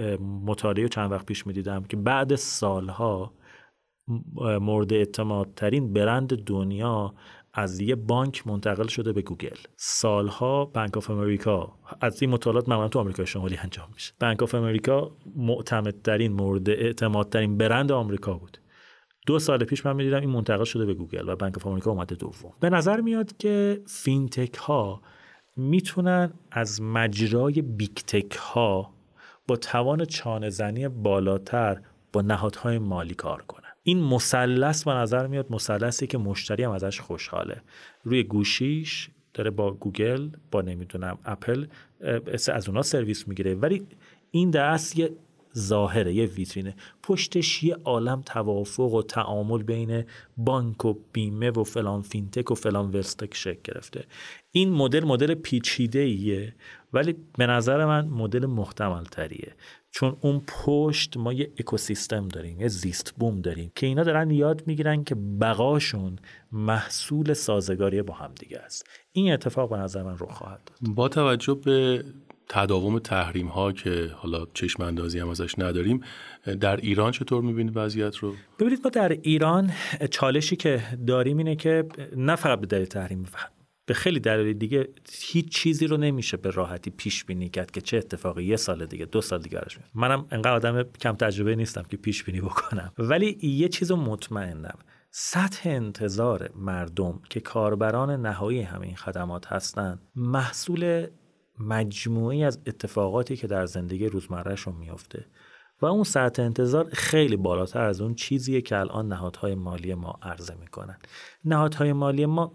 مطالعه چند وقت پیش میدیدم که بعد سالها مورد اعتماد ترین برند دنیا از یه بانک منتقل شده به گوگل. سالها بانک آف امریکا، از این مطالعات معمولا تو آمریکای شمالی انجام میشه، بانک آف امریکا معتمدترین، مورد اعتمادترین برند آمریکا بود. 2 سال پیش من می‌دیدم این منتقل شده به گوگل و بانک آف امریکا اومده دوم. به نظر میاد که فینتک ها میتونن از مجرای بیگ تک ها با توان چانه زنی بالاتر با نهادهای مالی کار کنن. این مثلث به نظر میاد مثلثی که مشتری هم ازش خوشحاله. روی گوشیش داره با گوگل، با نمیدونم اپل، از اونا سرویس میگیره، ولی این دست یه ظاهره، یه ویترینه، پشتش یه عالم توافق و تعامل بین بانک و بیمه و فلان فینتک و فلان ولستک شکل گرفته. این مدل پیچیده‌ایه، ولی به نظر من مدل محتمل تریه، چون اون پشت ما یه اکوسیستم داریم، یه زیست بوم داریم که اینا دارن یاد میگیرن که بقاشون محصول سازگاری با هم دیگه است. این اتفاق به نظر من رخ خواهد داد. با توجه به تداوم تحریم ها که حالا چشم اندازی هم ازش نداریم، در ایران چطور میبینید وضعیت رو؟ ببینید ما در ایران چالشی که داریم اینه که نه فقط به دلیل تحریم، به خیلی دلایل دیگه هیچ چیزی رو نمیشه به راحتی پیش بینی کرد که چه اتفاقی 1 سال دیگه 2 سال دیگه براش میفته. منم انقدر آدم کم تجربه نیستم که پیش بینی بکنم، ولی یه چیزو مطمئنم، سطح انتظار مردم که کاربران نهایی همین خدمات هستن محصول مجموعی از اتفاقاتی که در زندگی روزمرهشون میفته و اون سطح انتظار خیلی بالاتر از اون چیزیه که الان نهادهای مالی ما عرضه میکنن. نهادهای مالی ما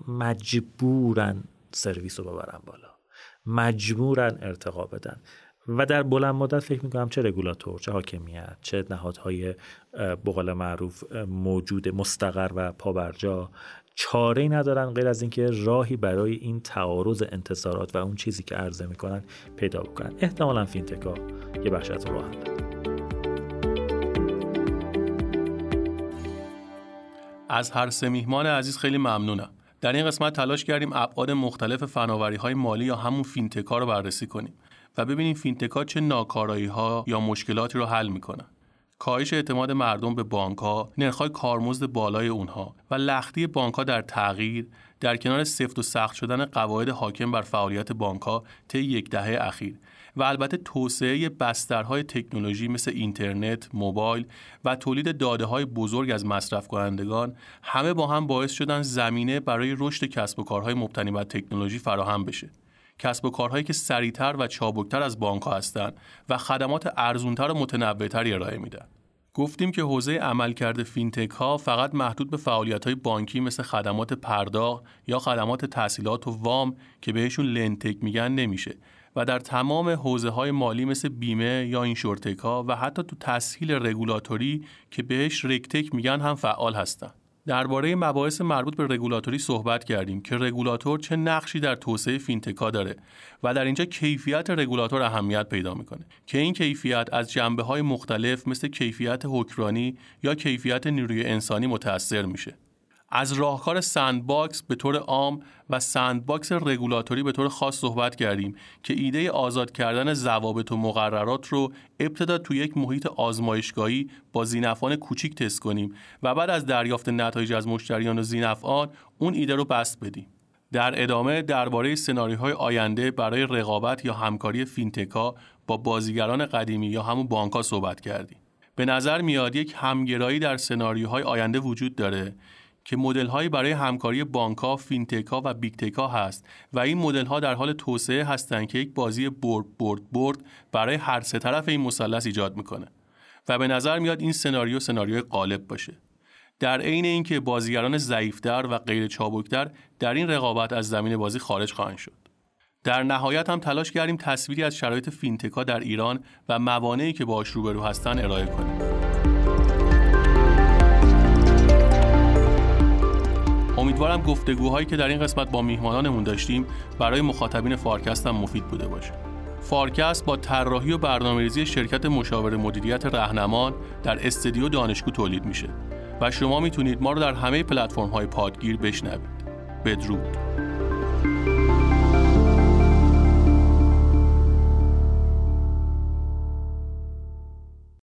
مجبورن سرویس رو ببرن بالا، مجبورن ارتقا بدن و در بلند مدت فکر میکنم چه رگولاتور، چه حاکمیت، چه نهادهای به قول معروف موجود مستقر و پابرجا چاره‌ای ندارن غیر از اینکه راهی برای این تعارض انتظارات و اون چیزی که عرضه میکنن پیدا بکنن. احتمالاً فینتک‌ها یه بخش از راه هستن. از هر 3 میهمان عزیز خیلی ممنونم. در این قسمت تلاش کردیم ابعاد مختلف فناوری‌های مالی یا همون فینتک‌ها رو بررسی کنیم و ببینیم فینتک‌ها چه ناکارایی‌ها یا مشکلاتی رو حل میکنن. کاهش اعتماد مردم به بانک‌ها، نرخ‌های کارمزد بالای اونها و لختی بانک‌ها در تغییر در کنار سفت و سخت شدن قواعد حاکم بر فعالیت بانک‌ها طی 10 دهه اخیر و البته توسعه بسترهای تکنولوژی مثل اینترنت، موبایل و تولید داده‌های بزرگ از مصرف کنندگان همه با هم باعث شدن زمینه برای رشد کسب و کارهای مبتنی بر تکنولوژی فراهم بشه. کسب و کارهایی که سریعتر و چابکتر از بانک‌ها هستند و خدمات ارزان‌تر و متنوع‌تری ارائه میدن. گفتیم که حوزه عملکرد فینتک‌ها فقط محدود به فعالیت‌های بانکی مثل خدمات پرداخت یا خدمات تسهیلات و وام که بهشون لندتک میگن نمیشه و در تمام حوزه‌های مالی مثل بیمه یا اینشورتک‌ها و حتی تو تسهیل رگولاتوری که بهش رگتک میگن هم فعال هستن. درباره مباحث مربوط به رگولاتوری صحبت کردیم که رگولاتور چه نقشی در توسعه فینتک‌ها داره و در اینجا کیفیت رگولاتور اهمیت پیدا میکنه که این کیفیت از جنبه‌های مختلف مثل کیفیت حکمرانی یا کیفیت نیروی انسانی متأثر میشه. از راهکار سندباکس به طور عام و سندباکس رگولاتوری به طور خاص صحبت کردیم که ایده آزاد کردن ضوابط و مقررات رو ابتدا تو یک محیط آزمایشگاهی با ذی‌نفعان کوچیک تست کنیم و بعد از دریافت نتایج از مشتریان و ذی‌نفعان اون ایده رو بسط بدیم. در ادامه درباره سناریوهای آینده برای رقابت یا همکاری فینتک‌ها با بازیگران قدیمی یا همون بانک‌ها صحبت کردیم. به نظر میاد یک همگرایی در سناریوهای آینده وجود داره که مدل‌هایی برای همکاری بانک‌ها، فینتک‌ها و بیگ تک‌ها هست و این مدل‌ها در حال توسعه هستند که یک بازی برد برای هر 3 طرف این مثلث ایجاد می‌کنه و به نظر میاد این سناریوی غالب باشه. در عین اینکه بازیگران ضعیف‌تر و غیر چابکتر در این رقابت از زمین بازی خارج خواهند شد. در نهایت هم تلاش کردیم تصویری از شرایط فینتک‌ها در ایران و موانعی که باهاش روبرو هستن ارائه کنیم. امیدوارم گفتگوهایی که در این قسمت با میهمانانمون داشتیم برای مخاطبین فارکست هم مفید بوده باشه. فارکست با طراحی و برنامه‌ریزی شرکت مشاور مدیریت رهنمان در استودیو دانشگو تولید میشه و شما میتونید ما رو در همه پلتفرم‌های پادگیر بشنوید. بدرود.